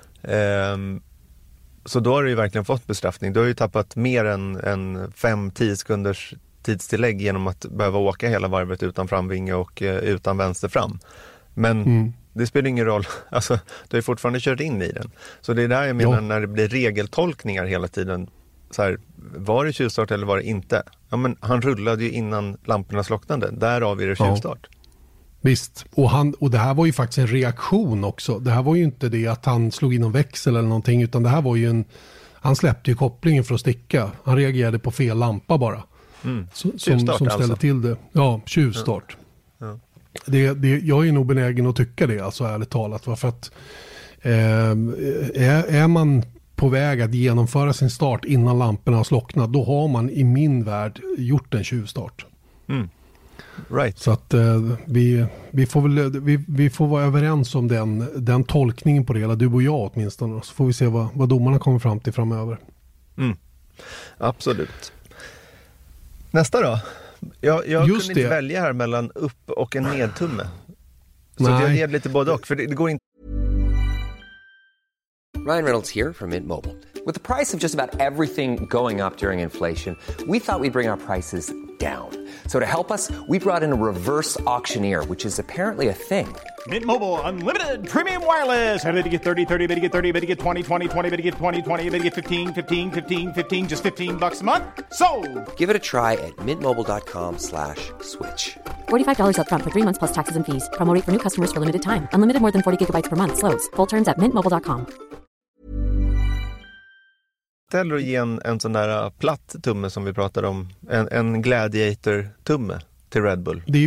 Så då har du ju verkligen fått bestraffning. Du har ju tappat mer än 5-10 sekunders tidstillägg genom att behöva åka hela varvet utan framvinge och utan vänster fram. Men det spelar ingen roll. Alltså, du har ju fortfarande kört in i den. Så det är där jag menar när det blir regeltolkningar hela tiden. Så här, var det tjuvstart eller var det inte? Ja, men han rullade ju innan lamporna slocknade. Därav är det tjuvstart. Visst, och det här var ju faktiskt en reaktion också. Det här var ju inte det att han slog in en växel eller någonting, utan det här var ju han släppte ju kopplingen för att sticka. Han reagerade på fel lampa bara. Som ställde alltså till det. Ja, tjuvstart. Ja. Jag är nog benägen att tycka det, alltså ärligt talat. För att är man på väg att genomföra sin start innan lamporna har slocknat, då har man i min värld gjort en tjuvstart. Right. Så att vi får vara överens om den tolkningen på det, eller du och jag åtminstone, så får vi se vad domarna kommer fram till framöver. Absolut. Nästa då? Jag kunde inte välja här mellan upp- och en nedtumme. Så jag ger lite både och, för det går inte. Ryan Reynolds here from Mint Mobile. With the price of just about everything going up during inflation, we thought we'd bring our prices down. So to help us, we brought in a reverse auctioneer, which is apparently a thing. Mint Mobile Unlimited Premium Wireless. How to get 30, 30, bit to get 30, bit to get 20, 20, 20, bit to get 20, 20, bit to get 15, 15, 15, 15, just $15 a month? Sold! Give it a try at mintmobile.com/switch. $45 up front for 3 months plus taxes and fees. Promo rate for new customers for limited time. Unlimited more than 40 gigabytes per month. Slows full terms at mintmobile.com. Eller ge en sån där platt tumme som vi pratade om, en Gladiator-tumme till Red Bull. Det är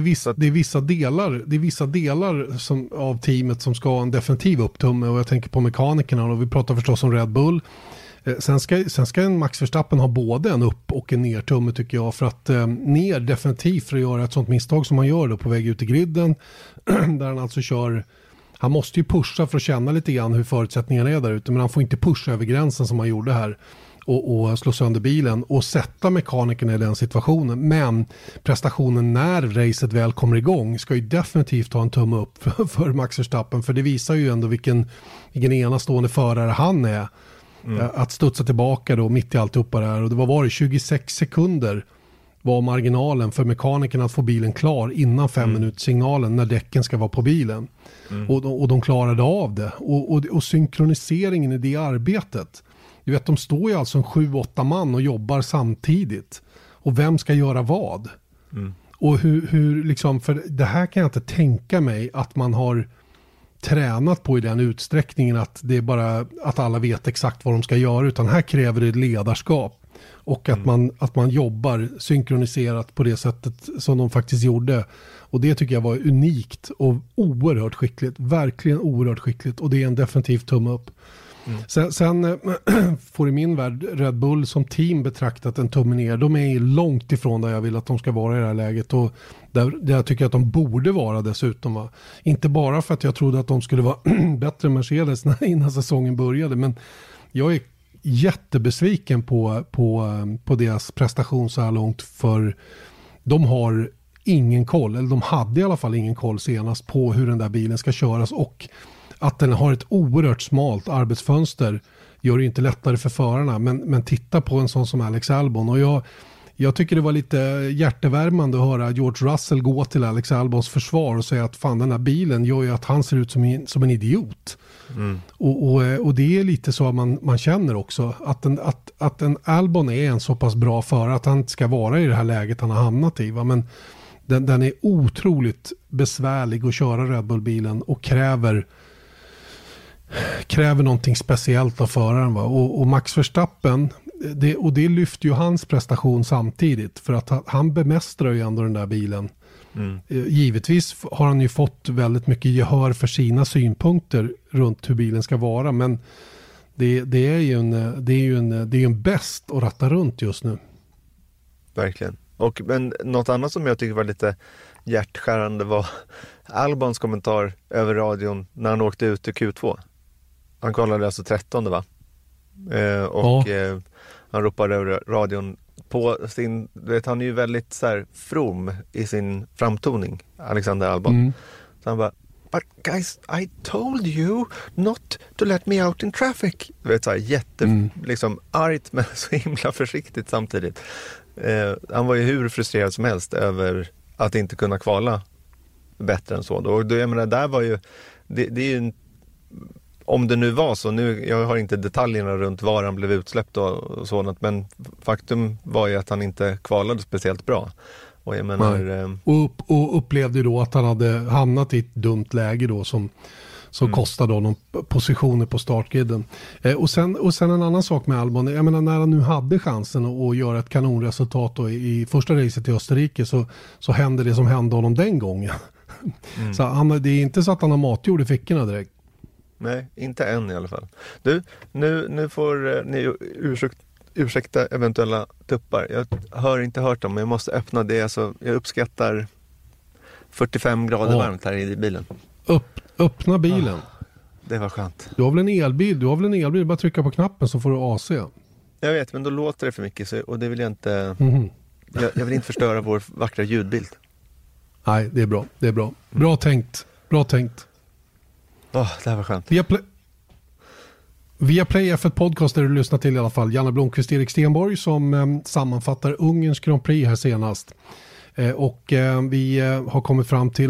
vissa delar av teamet som ska ha en definitiv upptumme, och jag tänker på mekanikerna, och vi pratar förstås om Red Bull. Sen ska en Max Verstappen ha både en upp- och en nertumme, tycker jag, för att ner definitivt för att göra ett sånt misstag som han gör då på väg ut i griden där han alltså kör. Han måste ju pusha för att känna lite grann hur förutsättningarna är där ute, men han får inte pusha över gränsen som han gjorde här och slå sönder bilen och sätta mekanikerna i den situationen. Men prestationen när racet väl kommer igång ska ju definitivt ha en tumme upp för Max Verstappen, för det visar ju ändå vilken enastående förare han är. Att studsa tillbaka då mitt i alltihopa där, och det var 26 sekunder var marginalen för mekanikerna att få bilen klar innan 5-minutssignalen när däcken ska vara på bilen. Och de klarade av det. Och synkroniseringen i det arbetet. Du vet, de står ju alltså en 7-8 man och jobbar samtidigt. Och vem ska göra vad? Och hur liksom, för det här kan jag inte tänka mig att man har tränat på i den utsträckningen att det är bara att alla vet exakt vad de ska göra, utan här kräver det ledarskap. Och att man jobbar synkroniserat på det sättet som de faktiskt gjorde. Och det tycker jag var unikt och oerhört skickligt. Verkligen oerhört skickligt. Och det är en definitiv tumme upp. Sen får i min värld Red Bull som team betraktat en tumme ner. De är långt ifrån där jag vill att de ska vara i det här läget. Och där jag tycker att de borde vara dessutom. Va? Inte bara för att jag trodde att de skulle vara bättre än Mercedes innan säsongen började. Men jag är jättebesviken på deras prestation så här långt, för de har ingen koll, eller de hade i alla fall ingen koll senast på hur den där bilen ska köras, och att den har ett oerhört smalt arbetsfönster gör det inte lättare för förarna, men titta på en sån som Alex Albon, och Jag tycker det var lite hjärtevärmande att höra George Russell gå till Alex Albons försvar och säga att fan, den här bilen gör ju att han ser ut som en idiot. Och det är lite så man känner också att en Albon är en så pass bra förare att han inte ska vara i det här läget han har hamnat i. Va? Men den är otroligt besvärlig att köra Red Bull-bilen och kräver någonting speciellt av föraren. Va? Och Max Verstappen, det lyfter ju hans prestation samtidigt, för att han bemästrar ju ändå den där bilen. Givetvis har han ju fått väldigt mycket gehör för sina synpunkter runt hur bilen ska vara, men det är ju en bäst att ratta runt just nu. Verkligen. Men något annat som jag tycker var lite hjärtskärande var Albons kommentar över radion när han åkte ut ur Q2. Han kollade alltså 13, va? Han ropade över radion på sin, han är ju väldigt så här from i sin framtoning, Alexander Albon. Så han bara, but guys, I told you not to let me out in traffic. Så här liksom argt, men så himla försiktigt samtidigt. Han var ju hur frustrerad som helst över att inte kunna kvala bättre än så. Och då, jag menar, där var ju det är ju om det nu var så, nu, jag har inte detaljerna runt var han blev utsläppt och sådant, men faktum var ju att han inte kvalade speciellt bra. Och jag menar... Och upplevde då att han hade hamnat i ett dumt läge då som kostade honom positioner på startgriden. Och sen en annan sak med Albon, jag menar, när han nu hade chansen att göra ett kanonresultat då i första racet i Österrike, så hände det som hände honom den gången. Så det är inte så att han har matjord i fickorna direkt. Nej, inte än i alla fall. Du, nu får ni ursäkta eventuella tuppar. Jag har inte hört dem, men jag måste öppna det. Alltså, jag uppskattar 45 grader varmt här i bilen. Öppna bilen. Det var skönt. Du har väl en elbil? Bara trycka på knappen så får du AC. Jag vet, men då låter det för mycket, och det vill jag inte... Jag vill inte förstöra vår vackra ljudbild. Nej, det är bra. Bra tänkt. Det här var skönt. Via Play F1 Podcast där du lyssnar till i alla fall Janne Blomqvist, Erik Stenborg som sammanfattar Ungerns Grand Prix här senast. Vi har kommit fram till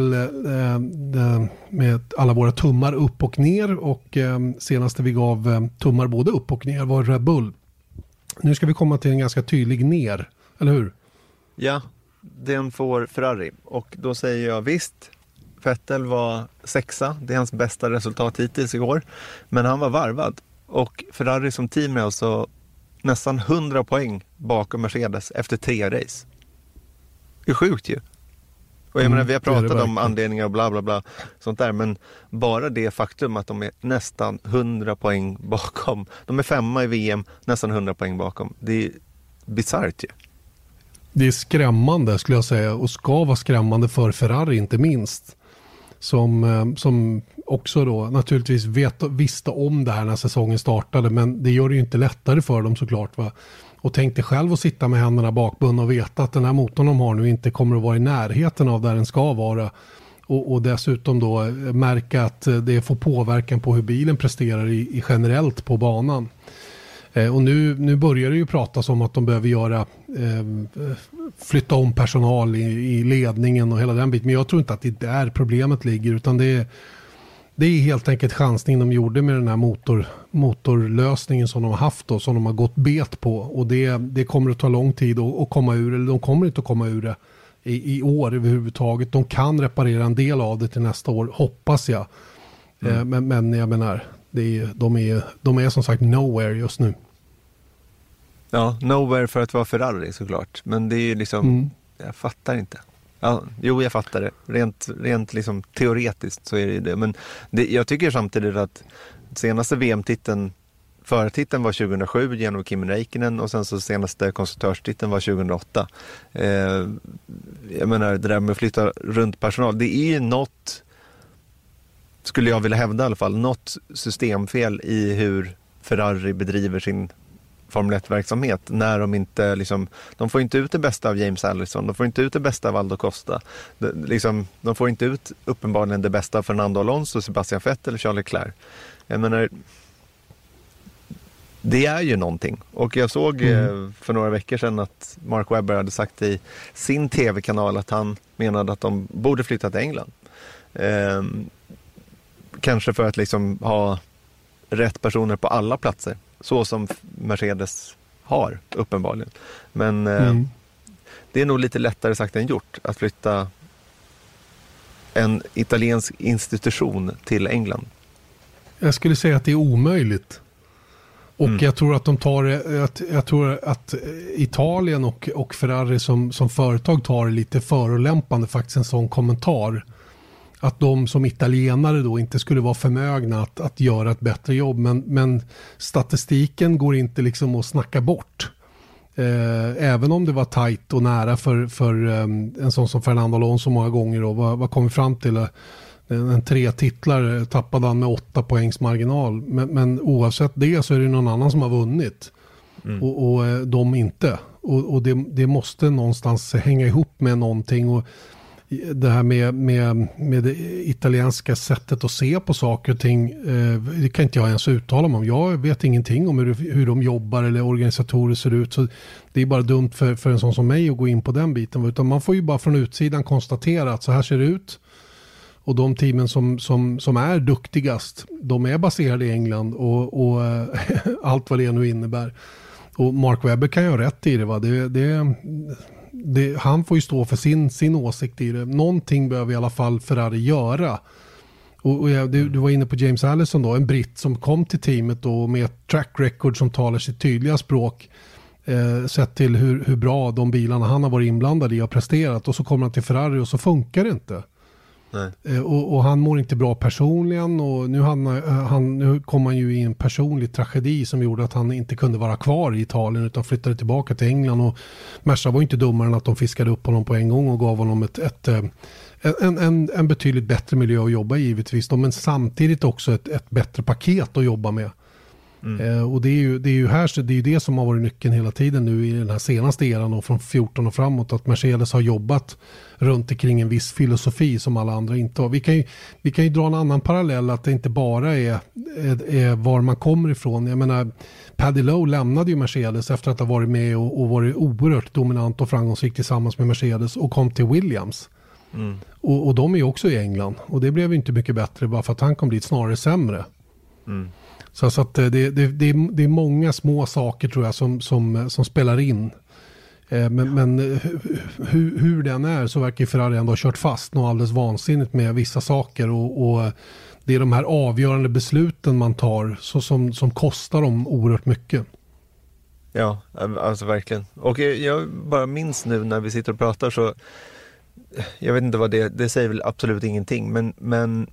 med alla våra tummar upp och ner, och senaste vi gav tummar både upp och ner var Red Bull. Nu ska vi komma till en ganska tydlig ner, eller hur? Ja, den får Ferrari, och då säger jag visst. Vettel var 6:a, det är hans bästa resultat hittills igår, men han var varvad, och Ferrari som team är alltså nästan 100 poäng bakom Mercedes efter 3 race. Det är sjukt ju. Och jag menar, vi har pratat om anledningar och bla bla bla sånt där, men bara det faktum att de är nästan 100 poäng bakom, de är 5:a i VM, nästan 100 poäng bakom, det är bizarrt ju. Det är skrämmande skulle jag säga, och ska vara skrämmande för Ferrari inte minst. Som också då naturligtvis visste om det här när säsongen startade, men det gör det ju inte lättare för dem såklart, va? Och tänkte själv att sitta med händerna bakbundna och veta att den här motorn de har nu inte kommer att vara i närheten av där den ska vara, och dessutom då märka att det får påverkan på hur bilen presterar i generellt på banan. Och nu börjar det ju pratas om att de behöver flytta om personal i ledningen och hela den biten. Men jag tror inte att det är där problemet ligger, utan det är helt enkelt chansning de gjorde med den här motorlösningen som de har haft och som de har gått bet på. Och det kommer att ta lång tid att komma ur, eller de kommer inte att komma ur det i år överhuvudtaget. De kan reparera en del av det till nästa år, hoppas jag. Men jag menar, de är som sagt nowhere just nu. Ja, nowhere för att vara Ferrari såklart. Men det är ju liksom, jag fattar inte. Ja, jo, jag fattar det. Rent liksom teoretiskt så är det ju det. Men jag tycker samtidigt att senaste VM-titeln, förtiteln var 2007 genom Kimi Räikkönen, och sen så senaste konstruktörstiteln var 2008. Jag menar, det där med att flytta runt personal, det är ju något, skulle jag vilja hävda i alla fall, något systemfel i hur Ferrari bedriver sin Formel 1-verksamhet, när de inte liksom, de får inte ut det bästa av James Allison, de får inte ut det bästa av Aldo Costa, de får inte ut uppenbarligen det bästa av Fernando Alonso, Sebastian Vettel eller Charles Leclerc. Jag menar, det är ju någonting. Och jag såg för några veckor sedan att Mark Webber hade sagt i sin tv-kanal att han menade att de borde flytta till England. Kanske för att liksom ha rätt personer på alla platser. Så som Mercedes har, uppenbarligen. Men det är nog lite lättare sagt än gjort att flytta en italiensk institution till England. Jag skulle säga att det är omöjligt. Och jag tror att jag tror att Italien och Ferrari som företag tar lite förolämpande faktiskt en sån kommentar. Att de som italienare då inte skulle vara förmögna att göra ett bättre jobb. Men statistiken går inte liksom att snacka bort. Även om det var tajt och nära för en sån som Fernando Alonso många gånger. Då, vad kom vi fram till? En 3 titlar tappade han med 8 poängs marginal. Men oavsett det så är det någon annan som har vunnit. Och de inte. Och det måste någonstans hänga ihop med någonting. Och det här med det italienska sättet att se på saker och ting, det kan inte jag ens uttala mig om. Jag vet ingenting om hur de jobbar eller organisatorer ser ut. Så det är bara dumt för en sån som mig att gå in på den biten. Utan man får ju bara från utsidan konstatera att så här ser det ut. Och de teamen som är duktigast, de är baserade i England och allt vad det nu innebär. Och Mark Webber kan ju ha rätt i det, va? Han får ju stå för sin åsikt i det. Någonting behöver i alla fall Ferrari göra. Och du var inne på James Allison då, en britt som kom till teamet då med ett track record som talar sitt tydliga språk. Sett till hur bra de bilarna han har varit inblandad i och presterat. Och så kommer han till Ferrari och så funkar det inte. Och han mår inte bra personligen och nu kom han ju i en personlig tragedi som gjorde att han inte kunde vara kvar i Italien utan flyttade tillbaka till England, och Merca var inte dummare än att de fiskade upp honom på en gång och gav honom en betydligt bättre miljö att jobba i, givetvis, men samtidigt också ett bättre paket att jobba med. Och det är ju det som har varit nyckeln hela tiden nu i den här senaste eran och från 14 och framåt, att Mercedes har jobbat runt omkring en viss filosofi som alla andra inte har. Vi kan ju dra en annan parallell, att det inte bara är var man kommer ifrån. Jag menar, Paddy Lowe lämnade ju Mercedes efter att ha varit med och varit oerhört dominant och framgångsrik tillsammans med Mercedes och kom till Williams. Och de är ju också i England, och det blev ju inte mycket bättre bara för att han kom dit, snarare sämre. Så att det är många små saker, tror jag, som spelar in. Men hur den är, så verkar Ferrari ändå ha kört fast något alldeles vansinnigt med vissa saker. Och det är de här avgörande besluten man tar som kostar dem oerhört mycket. Ja, alltså verkligen. Och jag bara minns nu när vi sitter och pratar, så jag vet inte vad det säger väl absolut ingenting, men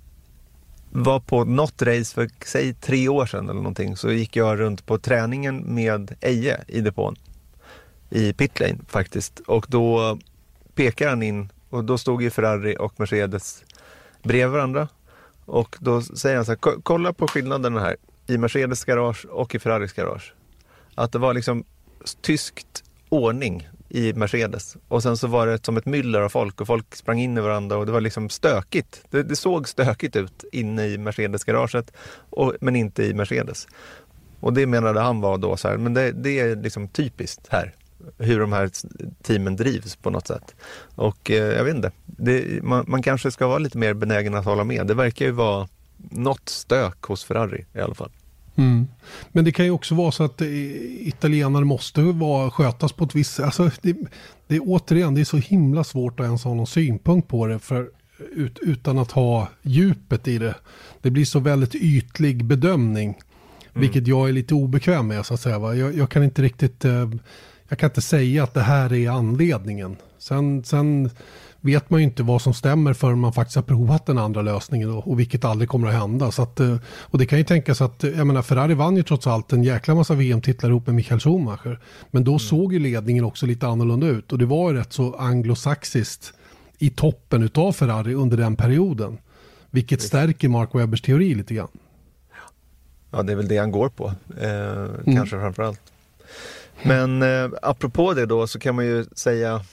var på något race för säg 3 år sedan eller någonting, så gick jag runt på träningen med Eje i depån i pitlane faktiskt, och då pekar han in och då stod ju Ferrari och Mercedes bredvid varandra, och då säger han så här: kolla på skillnaden här i Mercedes garage och i Ferraris garage, att det var liksom tyskt ordning i Mercedes, och sen så var det som ett myller av folk, och folk sprang in i varandra, och det var liksom stökigt. Det såg stökigt ut inne i Mercedes-garaget, men inte i Mercedes. Och det menade han var då så här, men det är liksom typiskt här, hur de här teamen drivs på något sätt. Och jag vet inte, man kanske ska vara lite mer benägen att hålla med. Det verkar ju vara något stök hos Ferrari i alla fall. Men det kan ju också vara så att italienare måste skötas på ett visst... Alltså det återigen, det är så himla svårt att ens ha någon synpunkt på det utan att ha djupet i det. Det blir så väldigt ytlig bedömning, vilket jag är lite obekväm med, så att säga. Va? Jag kan inte riktigt... Jag kan inte säga att det här är anledningen. Sen vet man ju inte vad som stämmer förrän man faktiskt har provat den andra lösningen då, och vilket aldrig kommer att hända. Så att, och det kan ju tänkas att, jag menar, Ferrari vann ju trots allt en jäkla massa VM-titlar ihop med Michael Schumacher. Men då såg ju ledningen också lite annorlunda ut, och det var ju rätt så anglosaxiskt i toppen utav Ferrari under den perioden. Vilket stärker Mark Webbers teori lite grann. Ja, det är väl det han går på, kanske framförallt. Men apropå det då, så kan man ju säga,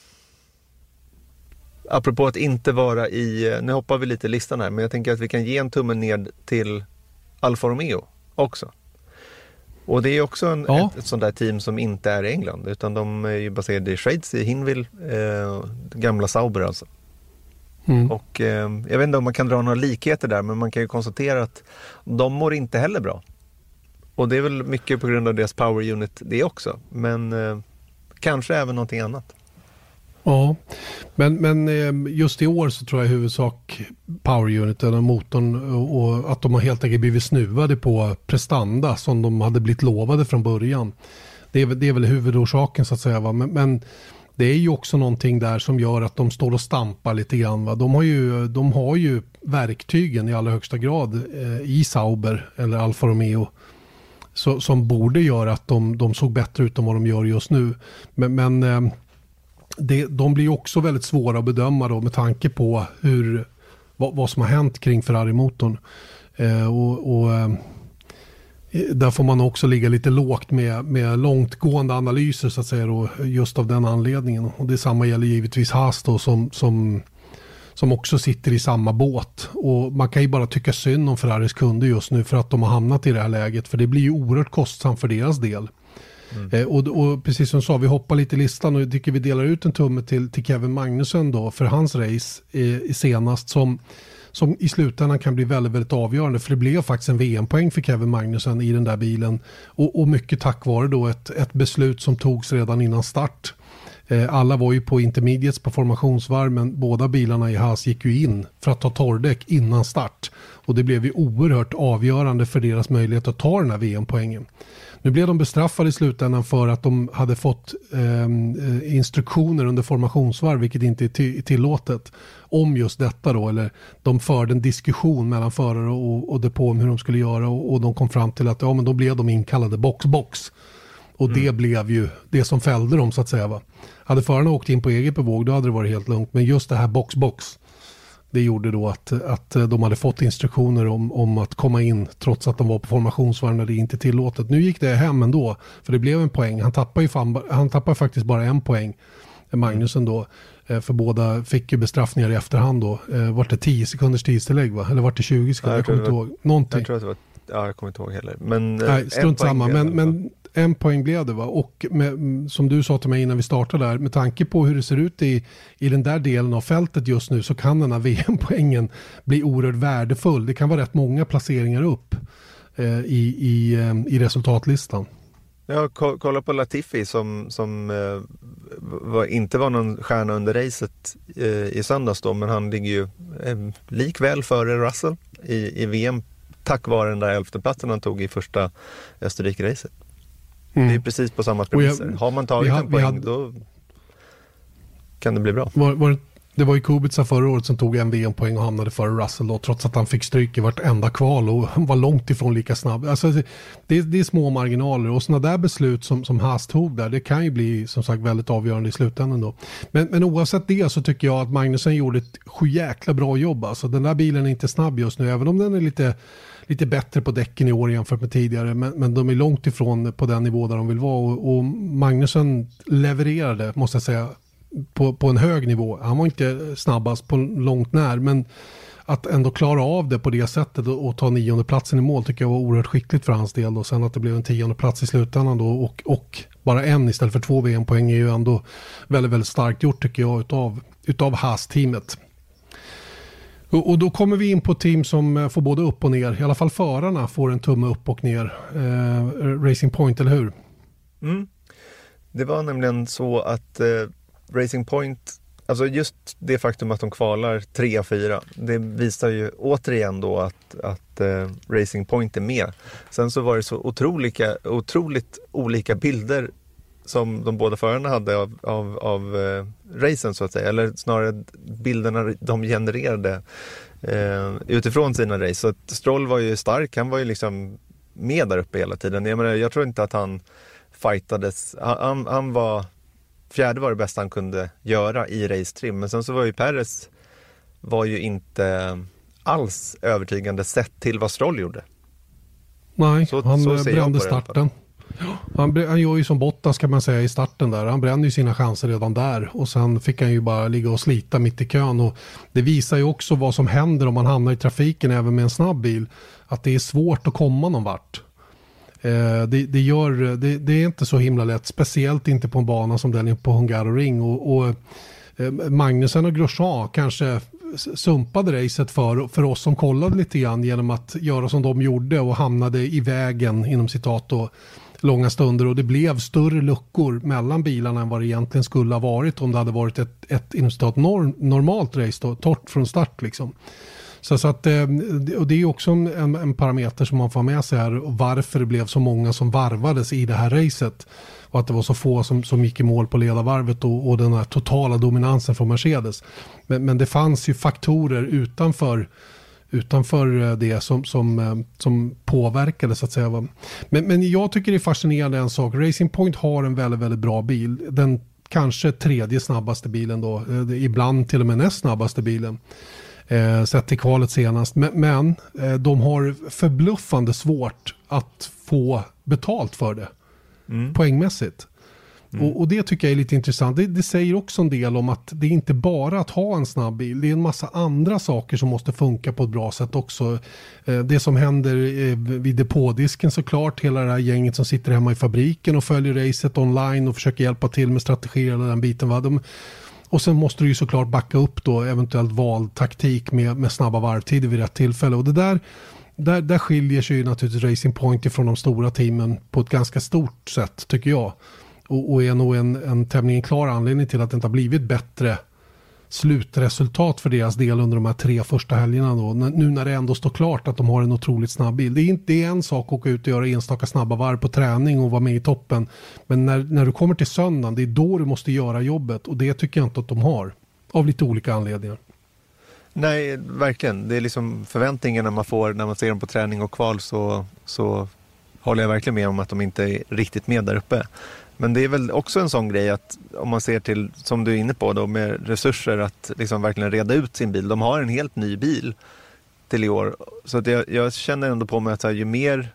apropå att inte vara nu hoppar vi lite i listan här, men jag tänker att vi kan ge en tummen ner till Alfa Romeo också. Och det är också ett sånt där team som inte är i England, utan de är ju baserade i Schweiz, i Hinwil, gamla Sauber alltså. Och jag vet inte om man kan dra några likheter där, men man kan ju konstatera att de mår inte heller bra. Och det är väl mycket på grund av deras power unit det också, men kanske även någonting annat. Ja, men just i år så tror jag i huvudsak power uniten och motorn och att de har helt enkelt blivit snuvade på prestanda som de hade blivit lovade från början. Det är väl huvudorsaken så att säga, va? Men det är ju också någonting där som gör att de står och stampar lite grann, va? De har ju verktygen i allra högsta grad i Sauber eller Alfa Romeo som borde göra att de såg bättre ut än vad de gör just nu. Men de blir också väldigt svåra att bedöma då, med tanke på vad som har hänt kring Ferrari-motorn. Där får man också ligga lite lågt med långtgående analyser så att säga då, just av den anledningen. Och det samma gäller givetvis Haas då, som också sitter i samma båt. Och man kan ju bara tycka synd om Ferraris kunder just nu för att de har hamnat i det här läget. För det blir ju oerhört kostsamt för deras del. Och precis som sa, vi hoppar lite i listan och jag tycker vi delar ut en tumme till Kevin Magnussen då för hans race senast som i slutändan kan bli väldigt, väldigt avgörande, för det blev faktiskt en VM-poäng för Kevin Magnussen i den där bilen och mycket tack vare då ett beslut som togs redan innan start. Alla var ju på intermediates på formationsvarv, men båda bilarna i Haas gick ju in för att ta torrdäck innan start och det blev ju oerhört avgörande för deras möjlighet att ta den här VM-poängen. Nu blev de bestraffade i slutändan för att de hade fått instruktioner under formationsvarv, vilket inte är tillåtet, om just detta då. Eller de förde en diskussion mellan förare och depå om hur de skulle göra och de kom fram till att men då blev de inkallade box. Och det blev ju det som fällde dem så att säga, va. Hade förarna åkt in på eget bevåg då hade det varit helt lugnt. Men just det här box. Det gjorde då att de hade fått instruktioner om att komma in trots att de var på formationsvarv när det inte är tillåtet. Nu gick det hem ändå, för det blev en poäng. Han tappade faktiskt bara en poäng, Magnussen då. För båda fick ju bestraffningar i efterhand då. Var det 10 sekunders tidstillägg, va? Eller var det 20 sekunder? Jag kommer inte ihåg. Någonting. Jag tror att det var, jag kommer inte ihåg heller. Men, nej, strunt samma. Men en poäng blev det, va? Och som du sa till mig innan vi startade där, med tanke på hur det ser ut i den där delen av fältet just nu, så kan den här VM-poängen bli oerhört värdefull. Det kan vara rätt många placeringar upp i resultatlistan. Ja, kolla på Latifi som inte var någon stjärna under racet i söndags då, men han ligger ju likväl före Russell i VM tack vare den där 11:e platsen han tog i första Österrike-racet. Det är precis på samma premisser. Har man tagit en poäng då kan det bli bra. Det var ju Kubica förra året som tog en VM-poäng och hamnade före Russell då, trots att han fick stryk i vartenda kval och var långt ifrån lika snabb. Alltså, det är små marginaler och sådana där beslut som Haas tog där, det kan ju bli som sagt väldigt avgörande i slutändan då. Men oavsett det så tycker jag att Magnussen gjorde ett jäkla bra jobb. Alltså, den där bilen är inte snabb just nu, även om den är lite bättre på däcken i år jämfört med tidigare, men de är långt ifrån på den nivå där de vill vara och Magnussen levererade, måste jag säga, på en hög nivå. Han var inte snabbast på långt när, men att ändå klara av det på det sättet och ta 9:e platsen i mål tycker jag var oerhört skickligt för hans del. Och sen att det blev en 10:e plats i slutändan då och bara en istället för 2 VM-poäng är ju ändå väldigt, väldigt starkt gjort tycker jag utav Haas-teamet. Och då kommer vi in på team som får både upp och ner. I alla fall förarna får en tumme upp och ner. Racing Point, eller hur? Det var nämligen så att Racing Point, alltså just det faktum att de kvalar 3-4, det visar ju återigen då att Racing Point är med. Sen så var det så otroligt olika bilder som de båda förarna hade av racen så att säga, eller snarare bilderna de genererade utifrån sina race. Så att Stroll var ju stark, han var ju liksom med där uppe hela tiden. Jag tror inte att han fightades, han var fjärde var det bästa han kunde göra i race-trim. Men sen så var ju Perez var ju inte alls övertygande sett till vad Stroll gjorde. Nej, han brände starten. Han gör ju som Bottas kan man säga i starten där. Han brände ju sina chanser redan där. Och sen fick han ju bara ligga och slita mitt i kön. Och det visar ju också vad som händer om man hamnar i trafiken även med en snabb bil. Att det är svårt att komma någon vart. Det är inte så himla lätt, speciellt inte på en bana som den på Hungaroring, och Magnussen och Grosjean kanske sumpade racet för oss som kollade lite grann genom att göra som de gjorde och hamnade i vägen inom citat och långa stunder, och det blev större luckor mellan bilarna än vad det egentligen skulle ha varit om det hade varit ett inom citat normalt race då, torrt från start liksom. Så att, och det är också en parameter som man får med sig här, och varför det blev så många som varvades i det här racet, och att det var så få som gick i mål på ledarvarvet och den här totala dominansen från Mercedes. Men det fanns ju faktorer utanför det som påverkade så att säga. Men jag tycker det är fascinerande en sak. Racing Point har en väldigt, väldigt bra bil. Den kanske tredje snabbaste bilen då, ibland till och med näst snabbaste bilen. Sett till kvalet senast. Men de har förbluffande svårt att få betalt för det. Poängmässigt. Och det tycker jag är lite intressant. Det säger också en del om att det är inte bara att ha en snabb bil. Det är en massa andra saker som måste funka på ett bra sätt också. Det som händer vid depådisken såklart. Hela det här gänget som sitter hemma i fabriken och följer racet online och försöker hjälpa till med strategier eller den biten. Och sen måste du ju såklart backa upp då eventuellt valtaktik med snabba varvtider vid rätt tillfälle. Och det där skiljer sig ju naturligtvis Racing Point ifrån de stora teamen på ett ganska stort sätt tycker jag. Och är nog en tämligen klar anledning till att det inte har blivit bättre slutresultat för deras del under de här 3 första helgerna då. Nu när det ändå står klart att de har en otroligt snabb bil. Det är en sak att åka ut och göra enstaka snabba varv på träning och vara med i toppen. Men när du kommer till söndagen, det är då du måste göra jobbet. Och det tycker jag inte att de har. Av lite olika anledningar. Nej, verkligen. Det är liksom förväntningarna man får när man ser dem på träning och kval, så håller jag verkligen med om att de inte är riktigt med där uppe. Men det är väl också en sån grej att om man ser till, som du är inne på då, med resurser att liksom verkligen reda ut sin bil. De har en helt ny bil till i år. Så att jag känner ändå på mig att så här, ju mer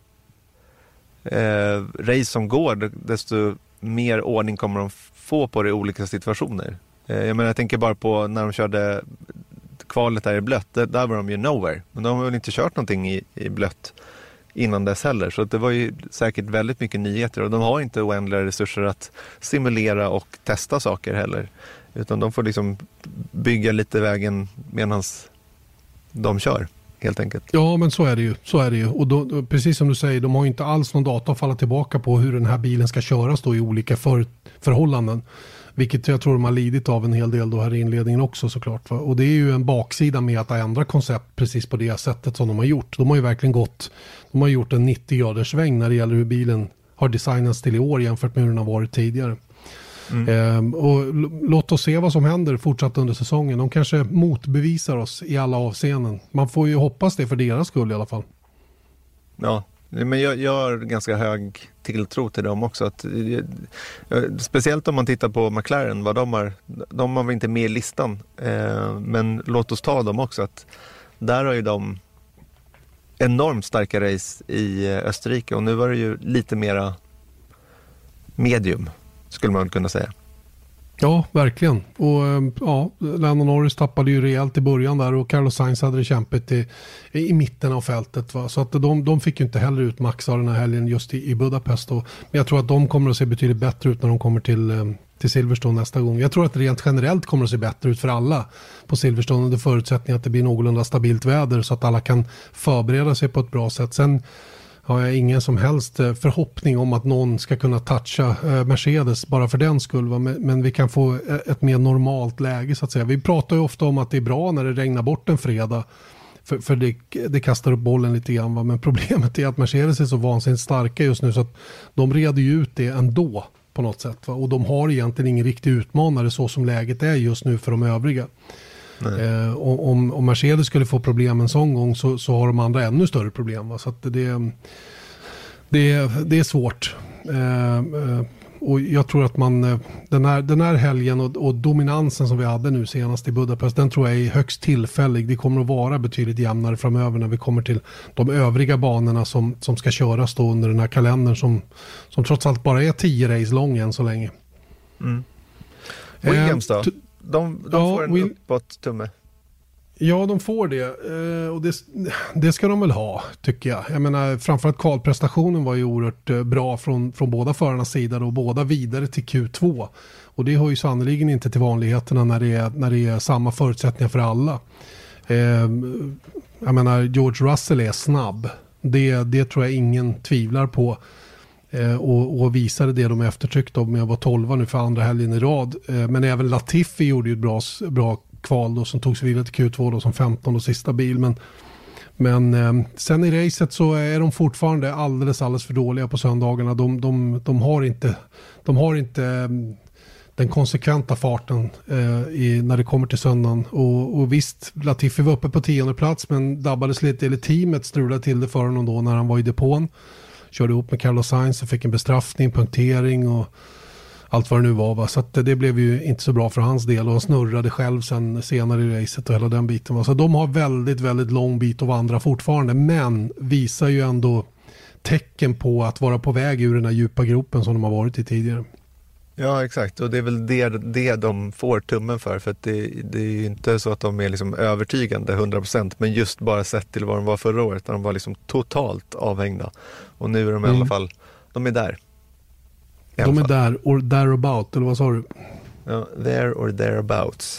race som går, desto mer ordning kommer de få på det i olika situationer. Jag tänker bara på när de körde kvalet där i blött. Där var de ju nowhere. Men de har väl inte kört någonting i blött innan dess heller. Så det var ju säkert väldigt mycket nyheter. Och de har inte oändliga resurser att simulera och testa saker heller. Utan de får liksom bygga lite vägen medan de kör, helt enkelt. Ja, men så är det ju. Och då, precis som du säger, de har inte alls någon data att falla tillbaka på hur den här bilen ska köras då i olika förhållanden. Vilket jag tror de har lidit av en hel del då här i inledningen också såklart. Va? Och det är ju en baksida med att ändra koncept precis på det sättet som de har gjort. De har ju verkligen gjort en 90-graders sväng när det gäller hur bilen har designats till i år jämfört med hur den har varit tidigare. Och låt oss se vad som händer fortsatt under säsongen. De kanske motbevisar oss i alla avseenden. Man får ju hoppas det för deras skull i alla fall. Ja. Men jag har ganska hög tilltro till dem också. Speciellt om man tittar på McLaren, vad de har inte med i listan. Men låt oss ta dem också. Att där har ju de enormt starka race i Österrike. Och nu var det ju lite mera medium, skulle man kunna säga. Ja, verkligen. Och Lando Norris tappade ju rejält i början där och Carlos Sainz hade det kämpet i mitten av fältet. Va? Så att de fick ju inte heller ut max av den här helgen just i Budapest. Men jag tror att de kommer att se betydligt bättre ut när de kommer till Silverstone nästa gång. Jag tror att det rent generellt kommer att se bättre ut för alla på Silverstone under förutsättning att det blir någorlunda stabilt väder så att alla kan förbereda sig på ett bra sätt. Sen har jag ingen som helst förhoppning om att någon ska kunna toucha Mercedes bara för den skull. Va? Men vi kan få ett mer normalt läge så att säga. Vi pratar ju ofta om att det är bra när det regnar bort en fredag. För det kastar upp bollen lite grann. Va? Men problemet är att Mercedes är så vansinnigt starka just nu så att de reder ju ut det ändå på något sätt. Va? Och de har egentligen ingen riktig utmanare så som läget är just nu för de övriga. Om Mercedes skulle få problem en sån gång så har de andra ännu större problem. Va? Så att det är svårt. Och jag tror att den här helgen och dominansen som vi hade nu senast i Budapest, den tror jag är högst tillfällig. Det kommer att vara betydligt jämnare framöver när vi kommer till de övriga banorna som ska köras då under den här kalendern som trots allt bara är 10 race lång än så länge. Williams då? De får en uppåt tumme. Ja, de får det. Och det ska de väl ha, tycker jag. Jag menar, framförallt kvalprestationen var ju oerhört bra från båda förarnas sida och båda vidare till Q2. Och det har ju sannoliken inte till vanligheterna när det är samma förutsättningar för alla. Jag menar, George Russell är snabb. Det tror jag ingen tvivlar på. Och visade det de eftertryckte om jag var 12 nu för andra helgen i rad. Men även Latifi gjorde ju ett bra kval då, som tog sig vidare till Q2 då, som 15 och sista bil. Men sen i racet så är de fortfarande alldeles för dåliga på söndagarna. De har inte den konsekventa farten när det kommer till söndagen. Och visst, Latifi var uppe på 10:e plats men drabbades lite, eller teamet strulade till det för honom då när han var i depån. Körde ihop med Carlos Sainz och fick en bestraffning, punktering och allt vad det nu var. Va? Så att det blev ju inte så bra för hans del och han snurrade själv senare i racet och hela den biten. Va? Så de har väldigt, väldigt lång bit att vandra fortfarande, men visar ju ändå tecken på att vara på väg ur den här djupa gropen som de har varit i tidigare. Ja, exakt. Och det är väl det de får tummen för att det är ju inte så att de är liksom övertygande 100%, men just bara sett till vad de var förra året, när de var liksom totalt avhängda. Och nu är de i alla fall, de är där. De är där, or thereabout, eller vad sa du? Ja, there or thereabouts.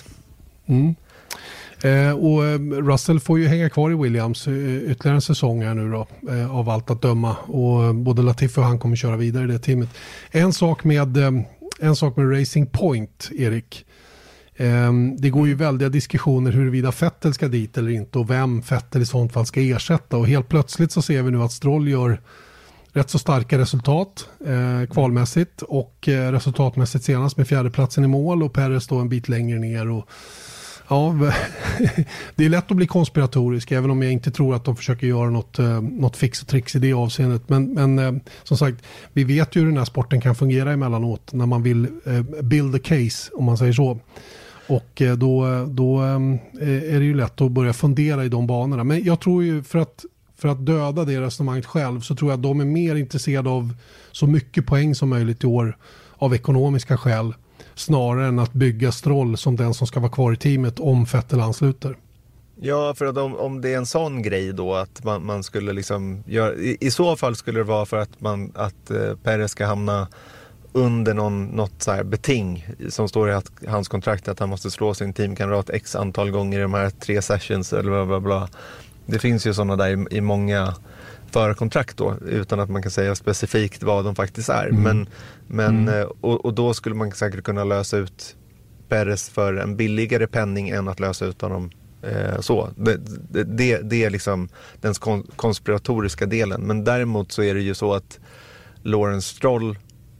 Och Russell får ju hänga kvar i Williams ytterligare en säsong här nu då, av allt att döma. Och både Latifi och han kommer köra vidare i det teamet. En sak med Racing Point, Erik. Det går ju väldiga diskussioner huruvida Vettel ska dit eller inte och vem Vettel i sånt fall ska ersätta. Och helt plötsligt så ser vi nu att Stroll gör rätt så starka resultat kvalmässigt och resultatmässigt senast med 4:e platsen i mål och Perez då en bit längre ner. Och ja, det är lätt att bli konspiratorisk även om jag inte tror att de försöker göra något fix och tricks i det avseendet. Men som sagt, vi vet ju hur den här sporten kan fungera emellanåt när man vill build a case, om man säger så. Och då är det ju lätt att börja fundera i de banorna. Men jag tror ju för att döda det resonemanget själv så tror jag att de är mer intresserade av så mycket poäng som möjligt i år av ekonomiska skäl snarare än att bygga Stroll som den som ska vara kvar i teamet om Vettel ansluter. Ja, för att om det är en sån grej då att man skulle liksom göra, i så fall skulle det vara för att Perez ska hamna under något så här beting som står i hans kontrakt att han måste slå sin teamkamrat x antal gånger i de här 3 sessions eller bla bla bla. Det finns ju sådana där i många förkontrakt då, utan att man kan säga specifikt vad de faktiskt är. Och då skulle man säkert kunna lösa ut Perez för en billigare penning än att lösa ut honom så. Det är liksom den konspiratoriska delen. Men däremot så är det ju så att Lawrence Stroll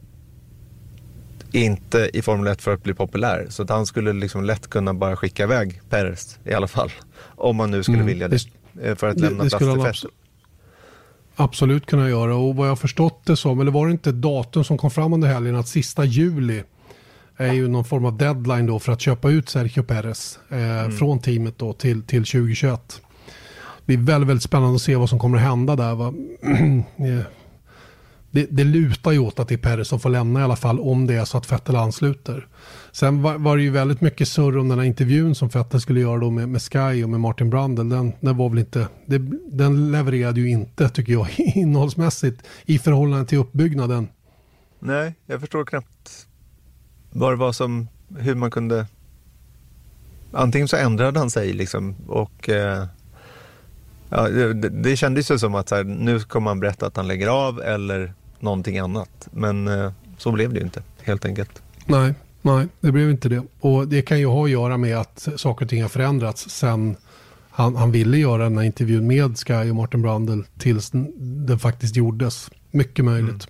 är inte i Formel 1 för att bli populär. Så att han skulle liksom lätt kunna bara skicka iväg Perez i alla fall. Om man nu skulle vilja det. För att lämna plats till Vettel. Absolut kunna göra. Och vad jag har förstått det som, eller var det inte ett datum som kom fram under helgen att sista juli är ju någon form av deadline då för att köpa ut Sergio Perez från teamet då till 2021. Det är väldigt, väldigt spännande att se vad som kommer att hända där. Va? Det lutar ju åt att det är Perez som får lämna i alla fall om det är så att Vettel ansluter. Sen var det ju väldigt mycket surr om den här intervjun som Vettel skulle göra då med Sky och med Martin Brundle. Den var väl inte, den levererade ju inte, tycker jag, innehållsmässigt i förhållande till uppbyggnaden. Nej, jag förstår knappt vad det var som, hur man kunde, antingen så ändrade han sig liksom och ja, det kändes ju som att så här, nu kommer han berätta att han lägger av eller någonting annat. Men så blev det ju inte, helt enkelt. Nej, det blev inte det. Och det kan ju ha att göra med att saker och ting har förändrats sen han ville göra den här intervjun med Sky och Martin Brundle tills den faktiskt gjordes. Mycket möjligt.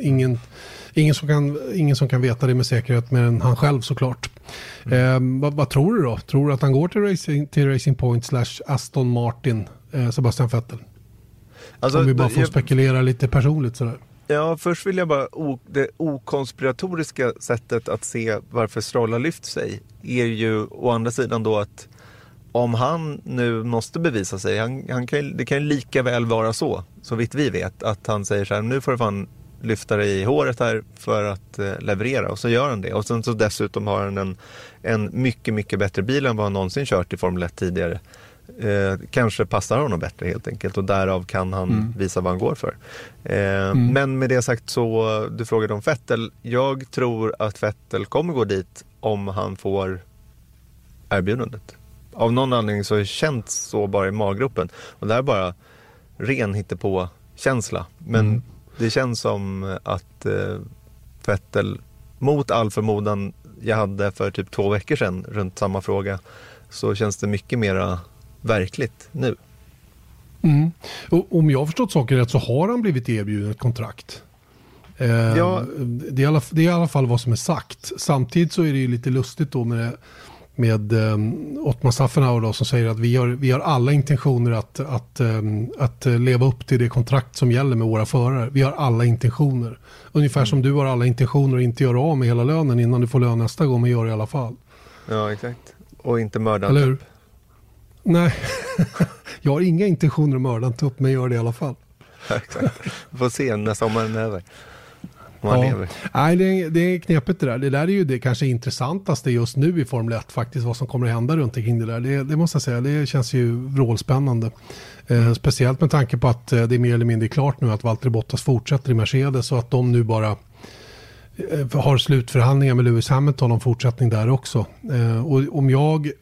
Ingen som kan veta det med säkerhet mer än han själv såklart. Vad tror du då? Tror du att han går till Racing Point / Aston Martin, Sebastian Vettel? Alltså, om vi bara får spekulera lite personligt sådär. Ja, först vill jag bara, det okonspiratoriska sättet att se varför Stroll har lyft sig är ju å andra sidan då att om han nu måste bevisa sig, det kan ju lika väl vara så vitt vi vet, att han säger så här, nu får det fan lyfta det i håret här för att leverera, och så gör han det. Och sen så dessutom har han en mycket, mycket bättre bil än vad han någonsin kört i Formel 1 tidigare. Kanske passar honom bättre helt enkelt, och därav kan han visa vad han går för. Men med det sagt, så du frågade om Vettel. Jag tror att Vettel kommer gå dit om han får erbjudandet. Av någon anledning så känns så bara i maggropen, och det är bara ren hittepå känsla. Men det känns som att Vettel, mot all förmodan jag hade för typ 2 veckor sedan runt samma fråga, så känns det mycket mera verkligt nu. Och om jag har förstått saker rätt så har han blivit erbjuden ett kontrakt. Ja. Det är i alla fall vad som är sagt. Samtidigt så är det ju lite lustigt då med Ottmar Safenauer då, som säger att vi har alla intentioner att leva upp till det kontrakt som gäller med våra förare. Vi har alla intentioner. Ungefär som du har alla intentioner att inte göra av med hela lönen innan du får lön nästa gång, men gör det i alla fall. Ja, exakt. Och inte mörda. Eller hur? Nej, jag har inga intentioner att mörda en tupp, men gör det i alla fall. Ja, exakt. Vi får se när sommaren är över. Nej, det är knepigt det där. Det där är ju det kanske intressantast just nu i Formel 1 faktiskt, vad som kommer att hända runt omkring det där. Det måste jag säga, det känns ju vrålspännande. Speciellt med tanke på att det är mer eller mindre klart nu att Valtteri Bottas fortsätter i Mercedes, och att de nu bara har slutförhandlingar med Lewis Hamilton om fortsättning där också. Och om jag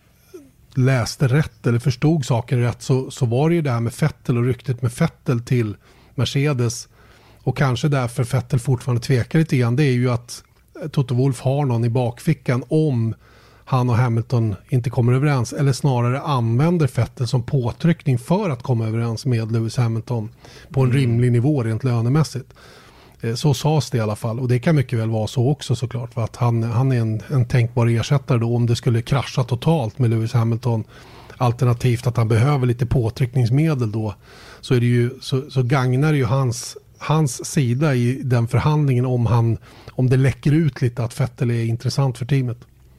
läste rätt eller förstod saken rätt, så var det ju det här med Vettel och ryktet med Vettel till Mercedes, och kanske därför Vettel fortfarande tvekar lite grann. Det är ju att Toto Wolff har någon i bakfickan om han och Hamilton inte kommer överens, eller snarare använder Vettel som påtryckning för att komma överens med Lewis Hamilton på en rimlig nivå rent lönemässigt. Så sades det i alla fall, och det kan mycket väl vara så också såklart, för att han är en tänkbar ersättare då om det skulle krascha totalt med Lewis Hamilton, alternativt att han behöver lite påtryckningsmedel då, så är det ju så gagnar det ju hans sida i den förhandlingen om det läcker ut lite att Vettel är intressant för teamet.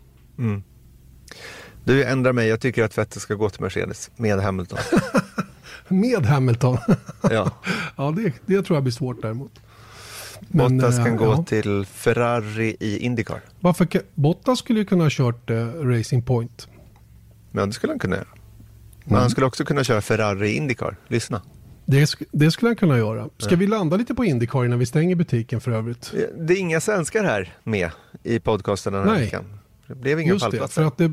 Du ändrar mig, jag tycker att Vettel ska gå till Mercedes med Hamilton. Med Hamilton? Ja. Ja, det tror jag blir svårt däremot. Men, Bottas kan gå till Ferrari i IndyCar. Varför Bottas skulle ju kunna ha kört Racing Point. Men det skulle han kunna göra. Men han skulle också kunna köra Ferrari i IndyCar. Lyssna. Det skulle han kunna göra. Ska vi landa lite på IndyCar när vi stänger butiken för övrigt? Det är inga svenskar här med i podcasten den här veckan. Det blev inga pallplatser. För att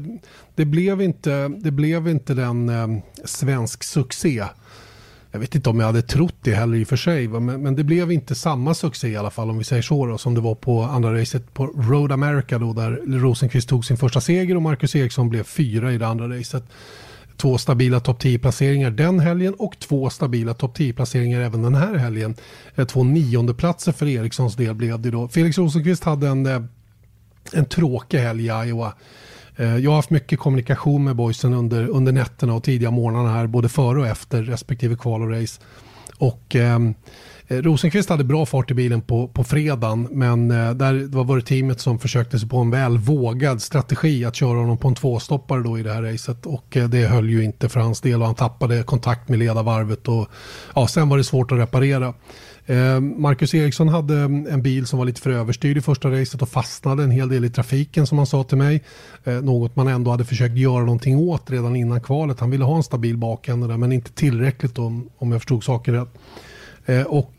det blev inte den svensk succé. Jag vet inte om jag hade trott det heller i och för sig. Men det blev inte samma succé i alla fall, om vi säger så då, som det var på andra racet på Road America då, där Rosenqvist tog sin första seger och Marcus Eriksson blev 4 i det andra racet. 2 stabila topp 10-placeringar den helgen och 2 stabila topp 10-placeringar även den här helgen. 2 9:e-platser för Erikssons del blev det då. Felix Rosenqvist hade en tråkig helg i Iowa. Jag har haft mycket kommunikation med boysen under nätterna och tidiga morgnarna här, både före och efter respektive kval och race. Och Rosenqvist hade bra fart i bilen på fredagen, men där var det teamet som försökte sig på en väl vågad strategi att köra honom på en 2-stoppare då i det här racet, och det höll ju inte för hans del, och han tappade kontakt med ledarvarvet, och sen var det svårt att reparera. Marcus Eriksson hade en bil som var lite för överstyrd i första racet och fastnade en hel del i trafiken, som han sa till mig. Något man ändå hade försökt göra någonting åt redan innan kvalet. Han ville ha en stabil bakända där, men inte tillräckligt om jag förstod saker rätt. Och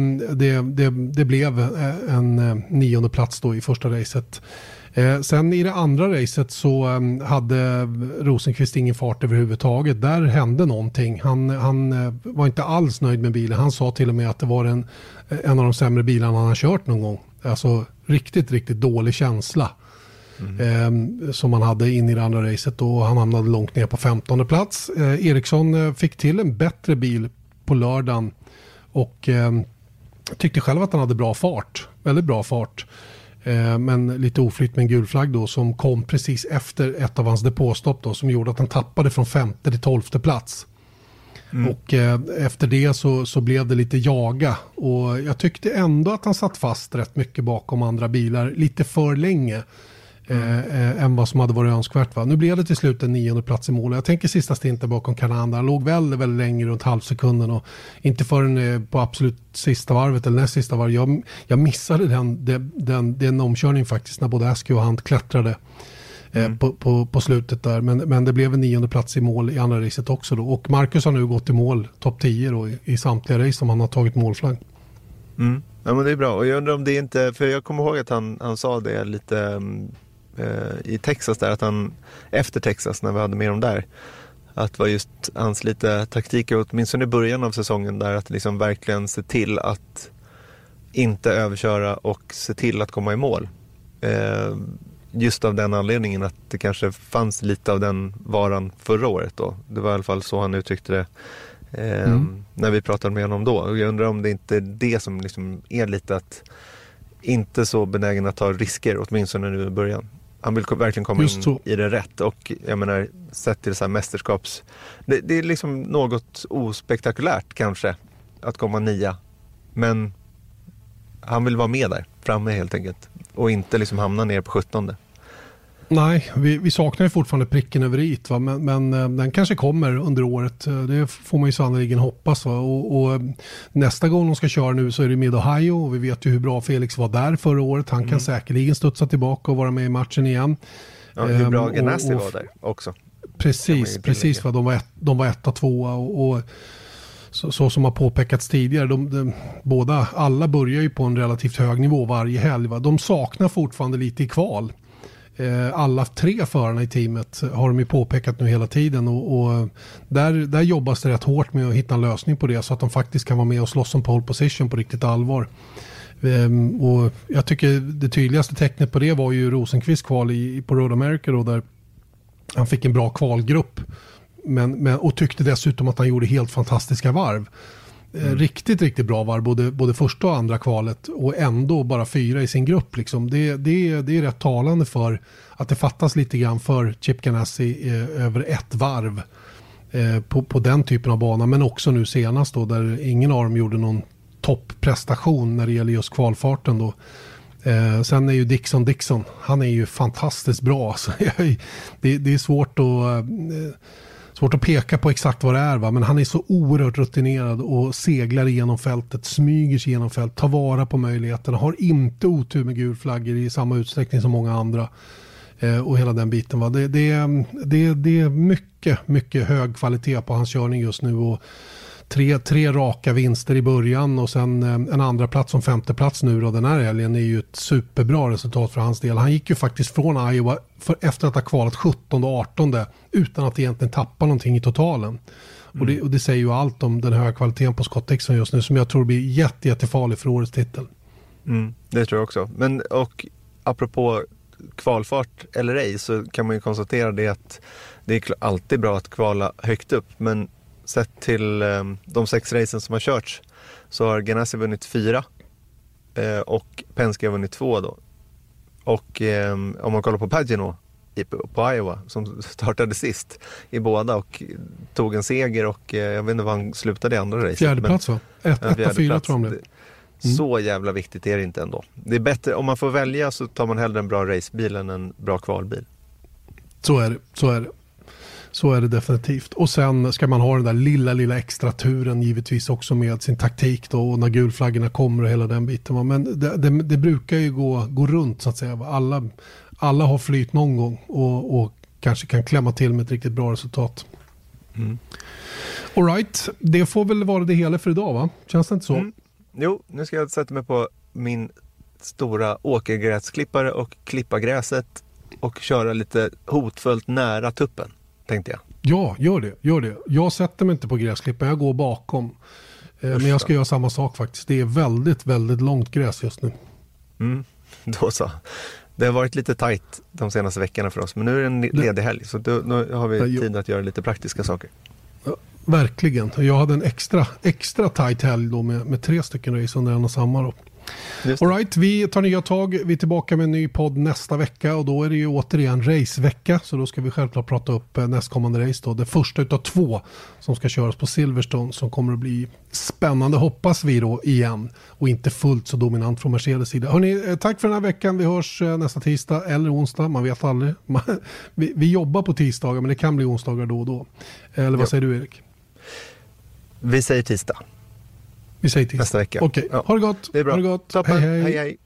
det blev en 9:e plats då i första racet. Sen i det andra racet så hade Rosenqvist ingen fart överhuvudtaget. Där hände någonting. Han var inte alls nöjd med bilen. Han sa till och med att det var en av de sämre bilarna han har kört någon gång. Alltså riktigt, riktigt dålig känsla som han hade in i det andra racet. Och han hamnade långt ner på 15:e plats. Eriksson fick till en bättre bil på lördagen och tyckte själv att han hade bra fart. Väldigt bra fart. Men lite oflytt med en gul flagg då, som kom precis efter ett av hans depåstopp då, som gjorde att han tappade från 5:e till 12:e plats. Och efter det så blev det lite jaga, och jag tyckte ändå att han satt fast rätt mycket bakom andra bilar lite för länge. än vad som hade varit önskvärt. Va? Nu blev det till slut en 9:e plats i mål. Jag tänker sista stinten bakom Canada. Han låg väldigt, väldigt länge runt halvsekunden och inte förrän på absolut sista varvet eller näst sista varv. Jag missade den omkörning faktiskt när både Askew och Hunt klättrade på slutet där. Men det blev en 9:e plats i mål i andra racet också då. Och Marcus har nu gått i mål topp 10 då, i samtliga race som han har tagit målflagg. Ja, men det är bra. Och jag undrar om det inte, för jag kommer ihåg att han sa det lite i Texas där, att han efter Texas när vi hade med dem där, att var just hans lite taktiker åtminstone i början av säsongen där, att liksom verkligen se till att inte överköra och se till att komma i mål. Just av den anledningen att det kanske fanns lite av den varan förra året då. Det var i alla fall så han uttryckte det när vi pratade med honom då. Och jag undrar om det inte är det som liksom är lite att inte så benägen att ta risker, åtminstone nu i början. Han vill verkligen komma in i det rätt. Och jag menar, sett till så här mästerskaps... Det är liksom något ospektakulärt kanske att komma 9. Men han vill vara med där framme helt enkelt. Och inte liksom hamna ner på 17:e. Nej, vi saknar ju fortfarande pricken över it, va? Men den kanske kommer under året. Det får man ju sannoliken hoppas. Va? Och nästa gång de ska köra nu så är det med Ohio, och vi vet ju hur bra Felix var där förra året. Han kan säkerligen studsa tillbaka och vara med i matchen igen. Ja, hur bra Ganassi var där också. Precis. Va? De var 1-2 och så som har påpekats tidigare, alla börjar ju på en relativt hög nivå varje helg. Va? De saknar fortfarande lite i kval. Alla 3 förarna i teamet har de ju påpekat nu hela tiden, och där jobbas det rätt hårt med att hitta en lösning på det, så att de faktiskt kan vara med och slåss om pole position på riktigt allvar. Och jag tycker det tydligaste tecknet på det var ju Rosenqvist kval på Road America då, där han fick en bra kvalgrupp och tyckte dessutom att han gjorde helt fantastiska varv. Riktigt, riktigt bra varv, både första och andra kvalet, och ändå bara 4 i sin grupp. Liksom. Det är rätt talande för att det fattas lite grann för Chip Ganassi över ett varv på den typen av bana, men också nu senast då, där ingen av dem gjorde någon toppprestation när det gäller just kvalfarten då. Sen är ju Dixon, han är ju fantastiskt bra. Så det är svårt att peka på exakt vad det är, va? Men han är så oerhört rutinerad och seglar igenom fältet, smyger sig igenom fältet, tar vara på möjligheterna, har inte otur med gulflaggor i samma utsträckning som många andra, och hela den biten. Va? Det är mycket, mycket hög kvalitet på hans körning just nu, och tre raka vinster i början och sen en andra plats som 5:e plats nu då, den här helgen är ju ett superbra resultat för hans del. Han gick ju faktiskt från Iowa efter att ha kvalat 17 och 18 utan att egentligen tappa någonting i totalen. Och det säger ju allt om den höga kvaliteten på Scott Dixon just nu, som jag tror blir jättefarlig för årets titel. Det tror jag också. Men och apropå kvalfart eller ej, så kan man ju konstatera det att det är alltid bra att kvala högt upp, men sett till de 6 racen som har körts så har Ganassi vunnit 4 och Penske har vunnit 2 då. Och om man kollar på Pagano på Iowa som startade sist i båda och tog en seger, och jag vet inte vad han slutade i andra racet. 4:e plats va? 1-4 tror jag det. Så jävla viktigt är det inte ändå. Det är bättre, om man får välja så tar man hellre en bra racebil än en bra kvalbil. Så är det definitivt. Och sen ska man ha den där lilla extra turen givetvis också med sin taktik då, och när gulflaggorna kommer och hela den biten. Men det brukar ju gå runt så att säga. Alla har flyt någon gång och kanske kan klämma till med ett riktigt bra resultat. All right, det får väl vara det hela för idag, va? Känns det inte så? Jo, nu ska jag sätta mig på min stora åkergräsklippare och klippa gräset och köra lite hotfullt nära tuppen, tänkte jag. Ja, gör det. Jag sätter mig inte på gräsklippen, jag går bakom. Men jag ska göra samma sak faktiskt. Det är väldigt, väldigt långt gräs just nu. Då så. Det har varit lite tajt de senaste veckorna för oss, men nu är det en ledig helg, så nu har vi tid att göra lite praktiska saker. Ja, verkligen. Jag hade en extra tajt helg då med 3 stycken race under en och samma då. All right, vi tar nya tag. Vi är tillbaka med en ny podd nästa vecka och då är det ju återigen racevecka. Så då ska vi självklart prata upp nästkommande race då. Det första utav 2 som ska köras på Silverstone som kommer att bli spännande, hoppas vi då igen. Och inte fullt så dominant från Mercedes sida. Hörrni, tack för den här veckan. Vi hörs nästa tisdag eller onsdag, man vet aldrig. Vi jobbar på tisdagar men det kan bli onsdagar då och då. Eller vad säger du, Erik? Vi säger tisdag. Vi säger tisdag. Nästa vecka. Okej, ha det gott. Det är bra. Ha det gott. Toppen. Hej, hej. Hej, hej.